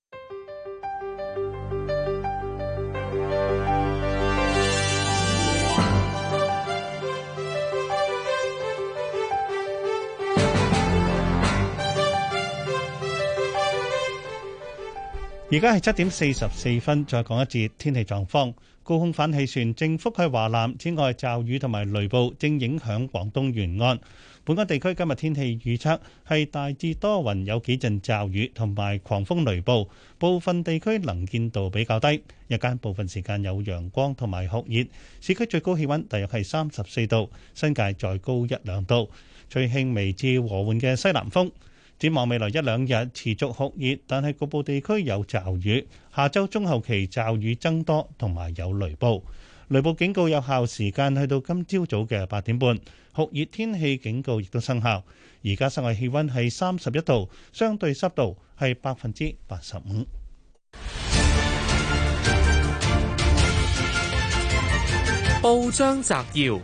而家係七點四十四分，再講一節天氣狀況。高空反氣旋正覆蓋華南，此外驟雨同埋雷暴正影響廣東沿岸。本港地區今日天氣預測係大致多雲，有幾陣驟雨同埋狂風雷暴，部分地區能見度比較低。日間部分時間有陽光同埋酷熱，市區最高氣溫大約係三十四度，新界再高一兩度。吹輕微至和緩嘅西南風。展望未來一兩日持續酷熱，但係局部地區有驟雨。下週中後期驟雨增多，同埋有雷暴。雷暴警告有效時間去到今朝早嘅八點半。酷熱天氣警告亦都生效。而家室外氣溫係三十一度，相對濕度係百分之八十五。 報章摘要：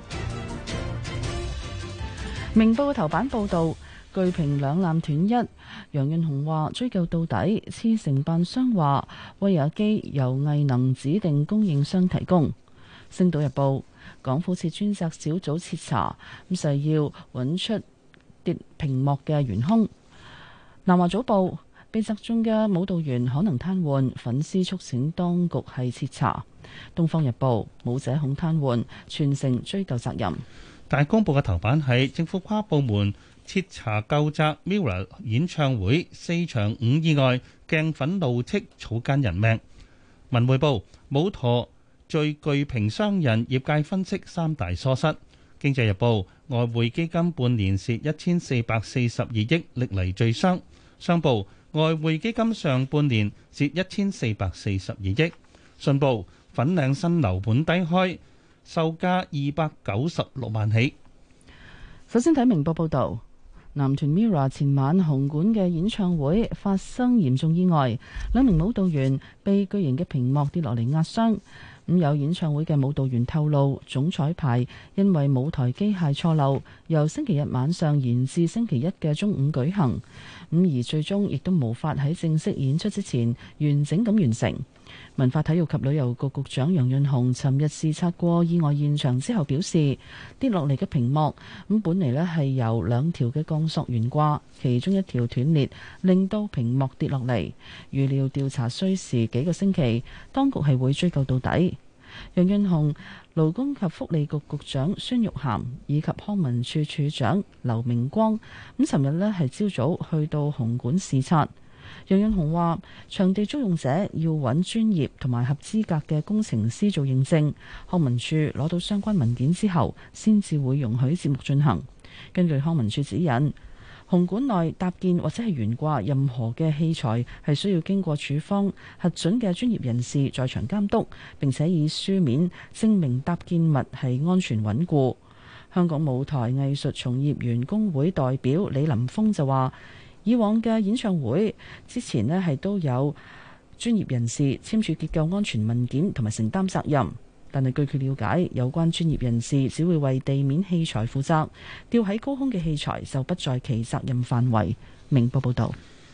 明報嘅頭版報導。巨評兩艦斷一，楊潤雄話追究到底，次承辦商話威亞機由藝能指定供應商提供。星島日報，港府設專責小組徹查，咁誓要揾出跌屏幕嘅元兇。南華早報，被擊中嘅舞蹈員可能癱瘓，粉絲促請當局係徹查。東方日報，舞者恐癱瘓，全城追究責任。 大公報嘅頭版係政府跨部門徹查究責 Mirror 演唱會四場五意外，鏡粉怒斥草菅人命。文匯報，舞舵最巨屏傷人，業界分析三大疏失。經濟日報，外匯基金半年蝕一千四百四十二億，歷嚟最傷。商報，外匯基金上半年蝕一千四百四十二億。信報，粉嶺新樓盤低開，售價二百九十六萬起。 首先睇明報報導。男團 Mirror 前晚紅館嘅演唱會發生嚴重意外，兩名舞蹈員被巨型嘅屏幕跌落嚟壓傷。咁有演唱會嘅舞蹈員透露，總彩排因為舞台機械錯漏，由星期日晚上延至星期一嘅中午舉行。咁而最終亦都無法喺正式演出之前完整咁完成。文化體育及旅遊局局長楊潤雄尋日視察過意外現場之後表示，跌落嚟嘅屏幕咁本嚟呢係由兩條嘅鋼索懸掛，其中一條斷裂，令到屏幕跌落嚟。預料調查需時幾個星期，當局係會追究到底。楊潤雄、勞工及福利局局長孫玉菡以及康文署署長劉明光咁尋日呢係朝早去到紅館視察。楊潤雄話：場地租用者要揾專業同埋合資格嘅工程師做認證，康文署攞到相關文件之後，先至會容許節目進行。根據康文署指引，紅館內搭建或者係懸掛任何嘅器材，係需要經過署方核准嘅專業人士在場監督，並且以書面證明搭建物係安全穩固。香港舞台藝術從業員工會代表李林峰就話：以往嘅演唱會之前呢係都有專業人士簽署結構安全文件同埋承擔責任，但係據佢了解，有關專業人士只會為地面器材負責，吊喺高空嘅器材就不在其責任範圍。明報報道。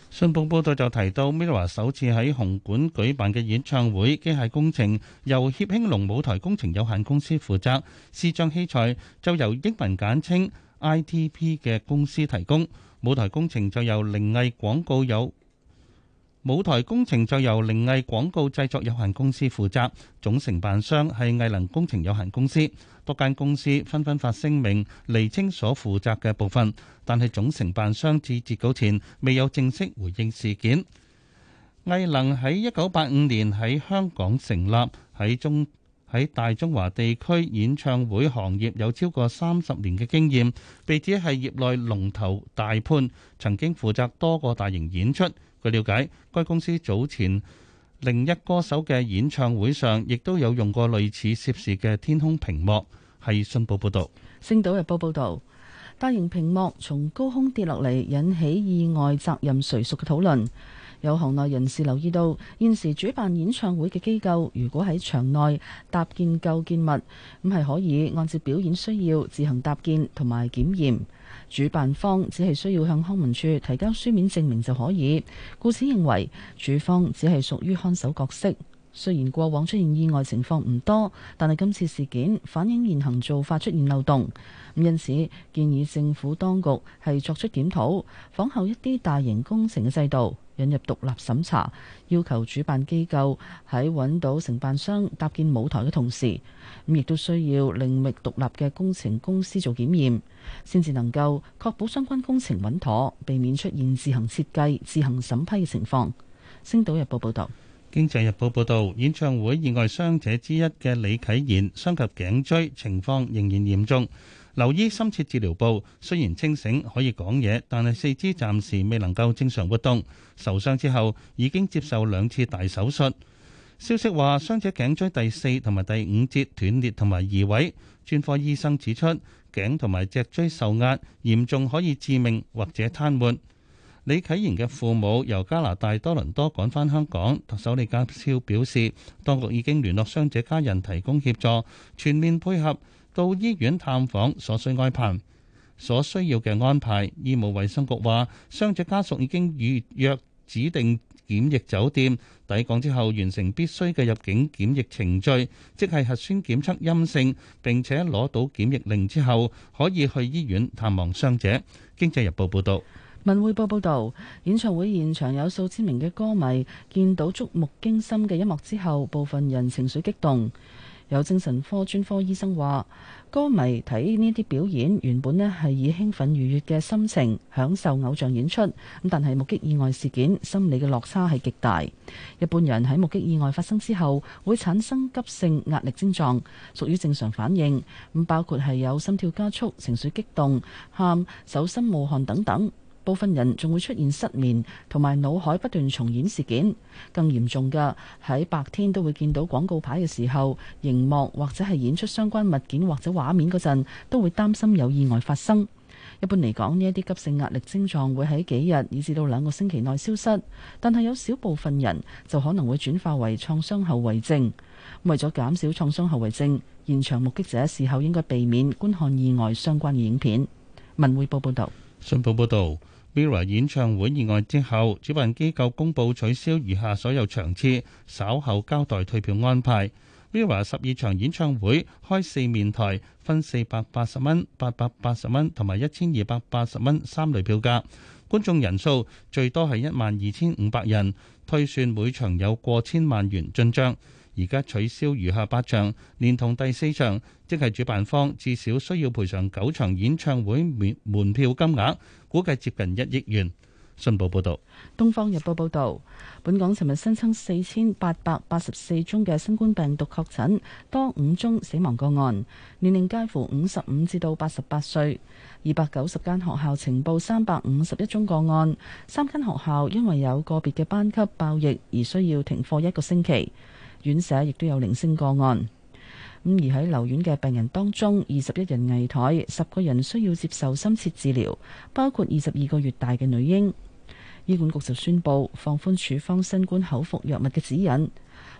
信報報道就提到 ，Mirror 首次喺紅館舉辦嘅演唱會機械工程由協興龍舞台工程有限公司負責，視像器材就由英文簡稱 I T P 嘅公司提供，舞台工程就由靈藝廣告有舞台工程就由靈藝廣告製作有限公司負責，總承辦商係藝能工程有限公司。多間公司紛紛發聲明釐清所負責嘅部分，但係總承辦商至截稿前未有正式回應事件。藝能喺一九八五年喺香港成立，喺中喺大中華地區演唱會行業有超過三十年嘅經驗，被指係業內龍頭大判，曾經負責多個大型演出。據了解，該公司早前另一歌手嘅演唱會上，亦都有用過類似涉事嘅天空屏幕。係信報報導，《 星島日報》報導，大型屏幕從高空跌落嚟，引起意外責任誰屬嘅討論。有行內人士留意到，現時主辦演唱會嘅機構，如果喺場內搭建構建物，咁係可以按照表演需要自行搭建同埋檢驗。主辦方只係需要向康文署提交書面證明就可以，故此認為主方只係屬於看守角色。雖然過往出現意外情況唔多，但係今次事件反映現行做法出現漏洞，咁因此建議政府當局係作出檢討，仿效一啲大型工程嘅制度，引入獨立審查，要求主辦機構喺揾到承辦商搭建舞台嘅同時，咁亦都需要另覓獨立嘅工程公司做檢驗，先至能夠確保相關工程穩妥，避免出現自行設計、自行審批嘅情況。星島日報報道。 經濟日報報導，演唱會意外傷者之一嘅李啟賢傷及頸椎，情況仍然嚴重，留醫深切治療部。雖然清醒可以講嘢，但係四肢暫時未能夠正常活動。受傷之後已經接受兩次大手術。消息話，傷者頸椎第四同埋第五節斷裂同埋移位。專科醫生指出，頸同埋脊椎受壓嚴重，可以致命或者癱瘓。李啟賢嘅父母由加拿大多倫多趕返香港，特首李家超表示，當局已經聯絡傷者家人提供協助，全面配合到醫院探訪所需安排。所需要嘅安排，醫務衛生局話，傷者家屬已經預約指定檢疫酒店，抵港之後完成必須嘅入境檢疫程序，即係核酸檢測陰性並且攞到檢疫令之後，可以去醫院探望傷者。經濟日報報導。 文匯報報道，演唱會現場有數千名嘅歌迷見到觸目驚心嘅音樂之後，部分人情緒激動。有精神科專科醫生話，歌迷睇呢啲表演原本呢係以興奮愉悅嘅心情享受偶像演出，咁但係目擊意外事件，心理嘅落差係極大。一般人喺目擊意外發生之後會產生急性壓力症狀，屬於正常反應，咁包括係有心跳加速、情緒激動、喊、手心冒汗等等。部分人仲會出現失眠同埋腦海不斷重演事件，更嚴重嘅喺白天都會見到廣告牌嘅時候，熒幕或者係演出相關物件或者畫面嗰陣，都會擔心有意外發生。一般嚟講，呢一啲急性壓力症狀會喺幾日以至到兩個星期內消失，但係有少部分人就可能會轉化為創傷後遺症。為咗減少創傷後遺症，現場目擊者事後應該避免觀看意外相關嘅影片。文匯報報道。 信報報導。Mirror 演唱會意外之後，主辦機構公佈取消餘下所有場次，稍後交代退票安排。Mirror 十二場演唱會開四面台，分四百八十蚊、八百八十蚊同埋一千二百八十蚊三類票價，觀眾人數最多係一萬二千五百人，推算每場有過千萬元進帳。而家取消餘下八場，連同第四場，即係主辦方至少需要賠償九場演唱會門門票金額，估計接近一億元。信報報導。 東方日報報導，本港尋日新增四千八百八十四宗嘅新冠病毒確診，多五宗死亡個案，年齡介乎五十五至到八十八歲。二百九十間學校呈報三百五十一宗個案，三間學校因為有個別嘅班級爆疫而需要停課一個星期。院舍亦都有零星個案，咁而喺留院嘅病人當中，二十一人危殆，十個人需要接受深切治療，包括二十二個月大嘅女嬰。醫管局就宣布放寬處方新冠口服藥物嘅指引。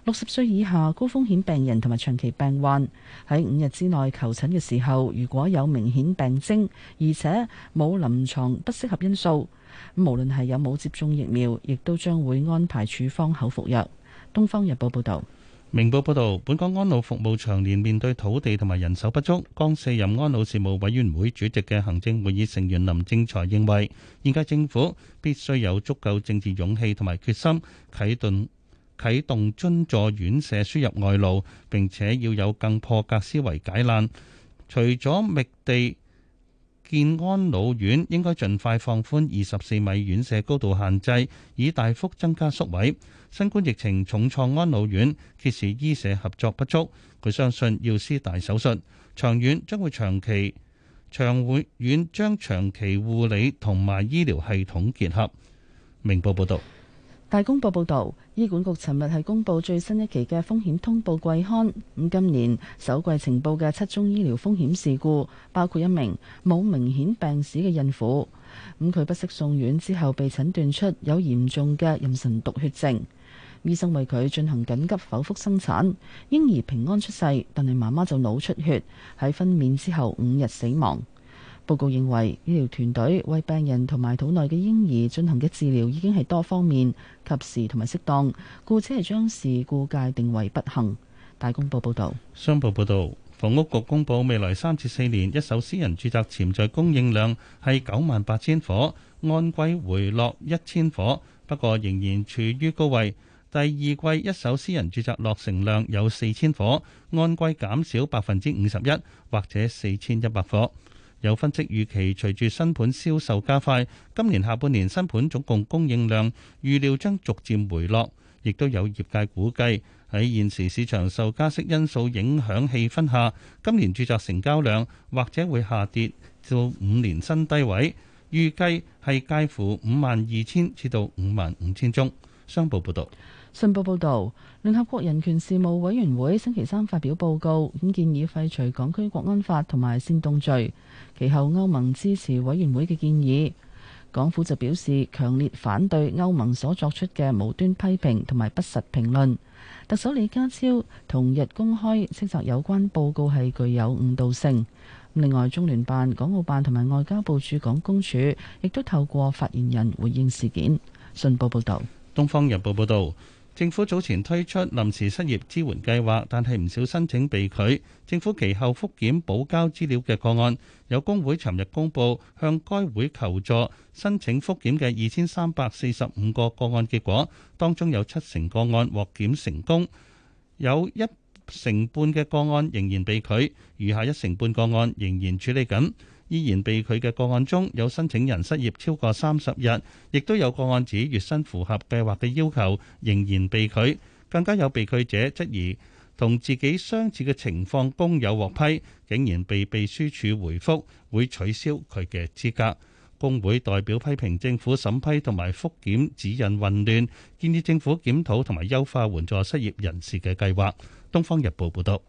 六十歲以下高風險病人同埋長期病患喺五日之內求診嘅時候，如果有明顯病徵，而且冇臨床不適合因素，咁無論係有冇接種疫苗，亦都將會安排處方口服藥。《東方日報》報道。 明報報導，本港安老服務長年面對土地同埋人手不足。剛卸任安老事務委員會主席嘅行政會議成員林正財認為，現屆政府必須有足夠政治勇氣同埋決心，啟動啟動津助院舍輸入外勞，並且要有更破格思維解難。除咗覓地建安老院，應該盡快放寬二十四米院舍高度限制，以大幅增加宿位。新冠疫情重創安老院，揭示醫社合作不足。佢相信要施大手術，長遠將會長期長會院將長期護理同埋醫療系統結合。明報報道。 大公報報導，醫管局尋日係公布最新一期嘅風險通報季刊。咁今年首季呈報嘅七宗醫療風險事故，包括一名冇明顯病史嘅孕婦，咁佢不適送院之後被診斷出有嚴重嘅妊娠毒血症，醫生為佢進行緊急剖腹生產，嬰兒平安出世，但係媽媽就腦出血，喺分娩之後五日死亡。報告認為，醫療團隊為病人同埋肚內嘅嬰兒進行嘅治療已經係多方面、及時同埋適當，故此係將事故界定為不幸。大公報報導。 商報報導，房屋局公佈未來三至四年一手私人住宅潛在供應量係九萬八千伙，按季回落一千伙，不過仍然處於高位。第二季一手私人住宅落成量有四千伙，按季減少百分之五十一，或者四千一百伙。有分析預期，隨住新盤銷售加快，今年下半年新盤總共供應量預料將逐漸回落。亦都有業界估計，喺現時市場受加息因素影響氣氛下，今年住宅成交量或者會下跌到五年新低位，預計係介乎五萬二千至到五萬五千宗。商報報導。 信報報導，聯合國人權事務委員會星期三發表報告，咁建議廢除港區國安法同埋煽動罪。其後歐盟支持委員會嘅建議，港府就表示強烈反對歐盟所作出嘅無端批評同埋不實評論。特首李家超同日公開斥責有關報告係具有誤導性。另外，中聯辦、港澳辦同埋外交部駐港公署亦都透過發言人回應事件。信報報導。 《東方日報》報導。政府早前推出臨時失業支援計劃，但係唔少申請被拒。政府其後覆檢補交資料嘅個案，有工會尋日公佈向該會求助申請覆檢嘅二千三百四十五個個案結果，當中有七成個案獲檢成功，有一成半嘅個案仍然被拒，餘下一成半個案仍然處理緊。依然被拒嘅個案中有申請人失業超過三十日，亦都有個案指月薪符合計劃嘅要求，仍然被拒。更加有被拒者質疑同自己相似嘅情況工友獲批，竟然被秘書處回覆會取消佢嘅資格。工會代表批評政府審批同埋覆檢指引混亂，建議政府檢討同埋優化援助失業人士嘅計劃。《東方日報》報道。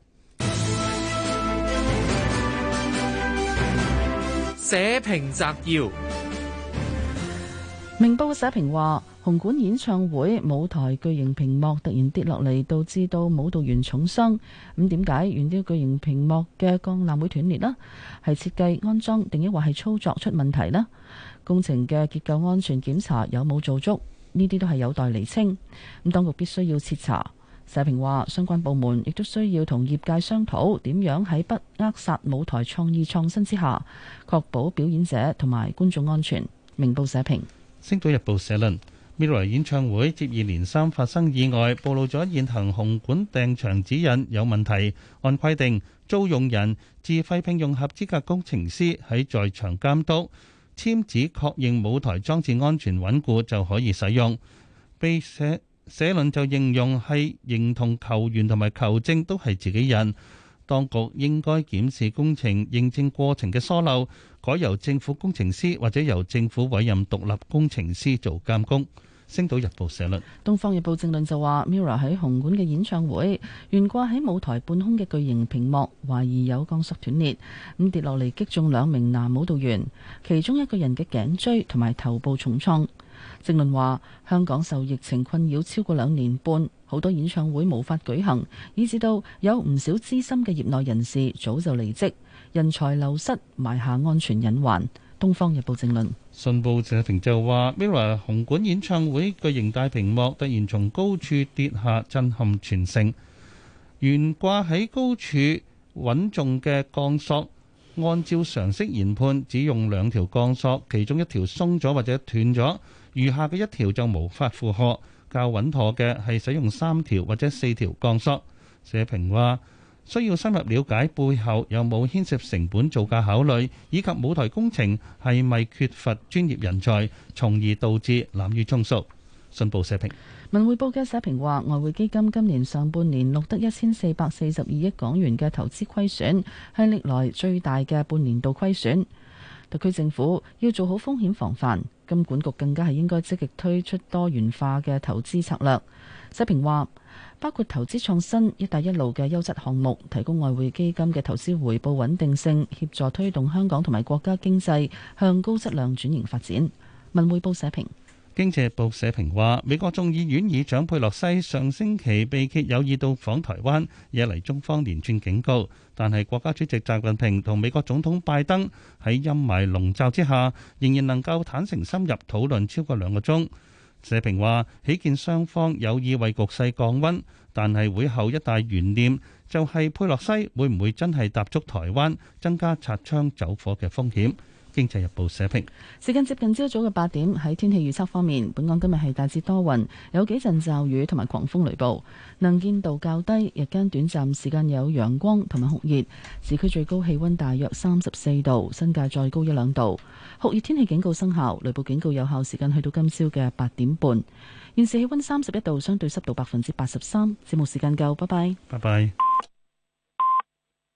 社評摘要： 明報社評話，紅館演唱會舞台巨型屏幕突然跌落嚟，導致到舞蹈員重傷。咁點解懸吊巨型屏幕嘅鋼纜會斷裂呢？係設計安裝定抑或係操作出問題呢？工程嘅結構安全檢查有冇做足？呢啲都係有待釐清。咁當局必須要徹查。社評話，相關部門亦都需要同業界商討點樣喺不扼殺舞台創意創新之下，確保表演者同埋觀眾安全。明報社評。 星島日報社論：MIRROR演唱會接二連三發生意外，暴露咗現行紅館訂場指引有問題。按規定，租用人自費聘用合資格工程師喺在，在場監督，簽紙確認舞台裝置安全穩固就可以使用。被寫社論就形容係認同球員同埋球證都係自己人，當局應該檢視工程認證過程嘅疏漏，改由政府工程師或者由政府委任獨立工程師做監工。星島日報社論。 東方日報正論就話 MIRROR 喺紅館嘅演唱會懸掛喺舞台半空嘅巨型屏幕懷疑有鋼索斷裂，咁跌落嚟擊中兩名男舞蹈員，其中一個人嘅頸椎同埋頭部重創。 正論話，香港受疫情困擾超過兩年半，好多演唱會無法舉行，以至到有唔少資深嘅業內人士早就離職，人才流失埋下安全隱患。《東方日報》正論。 信報社評就話 ，Mirror 紅館演唱會巨型大屏幕突然從高處跌下，震撼全城。懸掛喺高處穩重嘅鋼索，按照常識研判，只用兩條鋼索，其中一條鬆咗或者斷咗，餘下嘅一條就無法負荷。較穩妥嘅係使用三條或者四條鋼索。社評話，需要深入了解背後有冇牽涉成本造價考慮，以及舞台工程係咪缺乏專業人才，從而導致濫竽充數。信報社評。 文匯報嘅社評話，外匯基金今年上半年錄得一千四百四十二億港元嘅投資虧損，係歷來最大嘅半年度虧損。特區政府要做好風險防範，金管局更加係應該積極推出多元化嘅投資策略。社評話，包括投資創新、一帶一路嘅優質項目，提供外匯基金嘅投資回報穩定性，協助推動香港同埋國家經濟向高質量轉型發展。文匯報社評。 經濟報社評話，美國眾議院議長佩洛西上星期被揭有意到訪台灣，惹嚟中方連串警告。但係國家主席習近平同美國總統拜登喺陰霾籠罩之下，仍然能夠坦誠深入討論超過兩個鐘。社評話，喜見雙方有意為局勢降溫，但係會後一大懸念就係佩洛西會唔會真係踏足台灣，增加擦槍走火嘅風險。經濟日報社評。 時間接近朝早嘅八點，喺天氣預測方面，本港今日係大致多雲，有幾陣驟雨同埋狂風雷暴，能見度較低，日間短暫時間有陽光同埋酷熱，市區最高氣溫大約三十四度，新界再高一兩度。酷熱天氣警告生效，雷暴警告有效時間去到今朝嘅八點半。現時氣溫三十一度，相對濕度百分之八十三。節目時間夠，拜拜。 拜拜。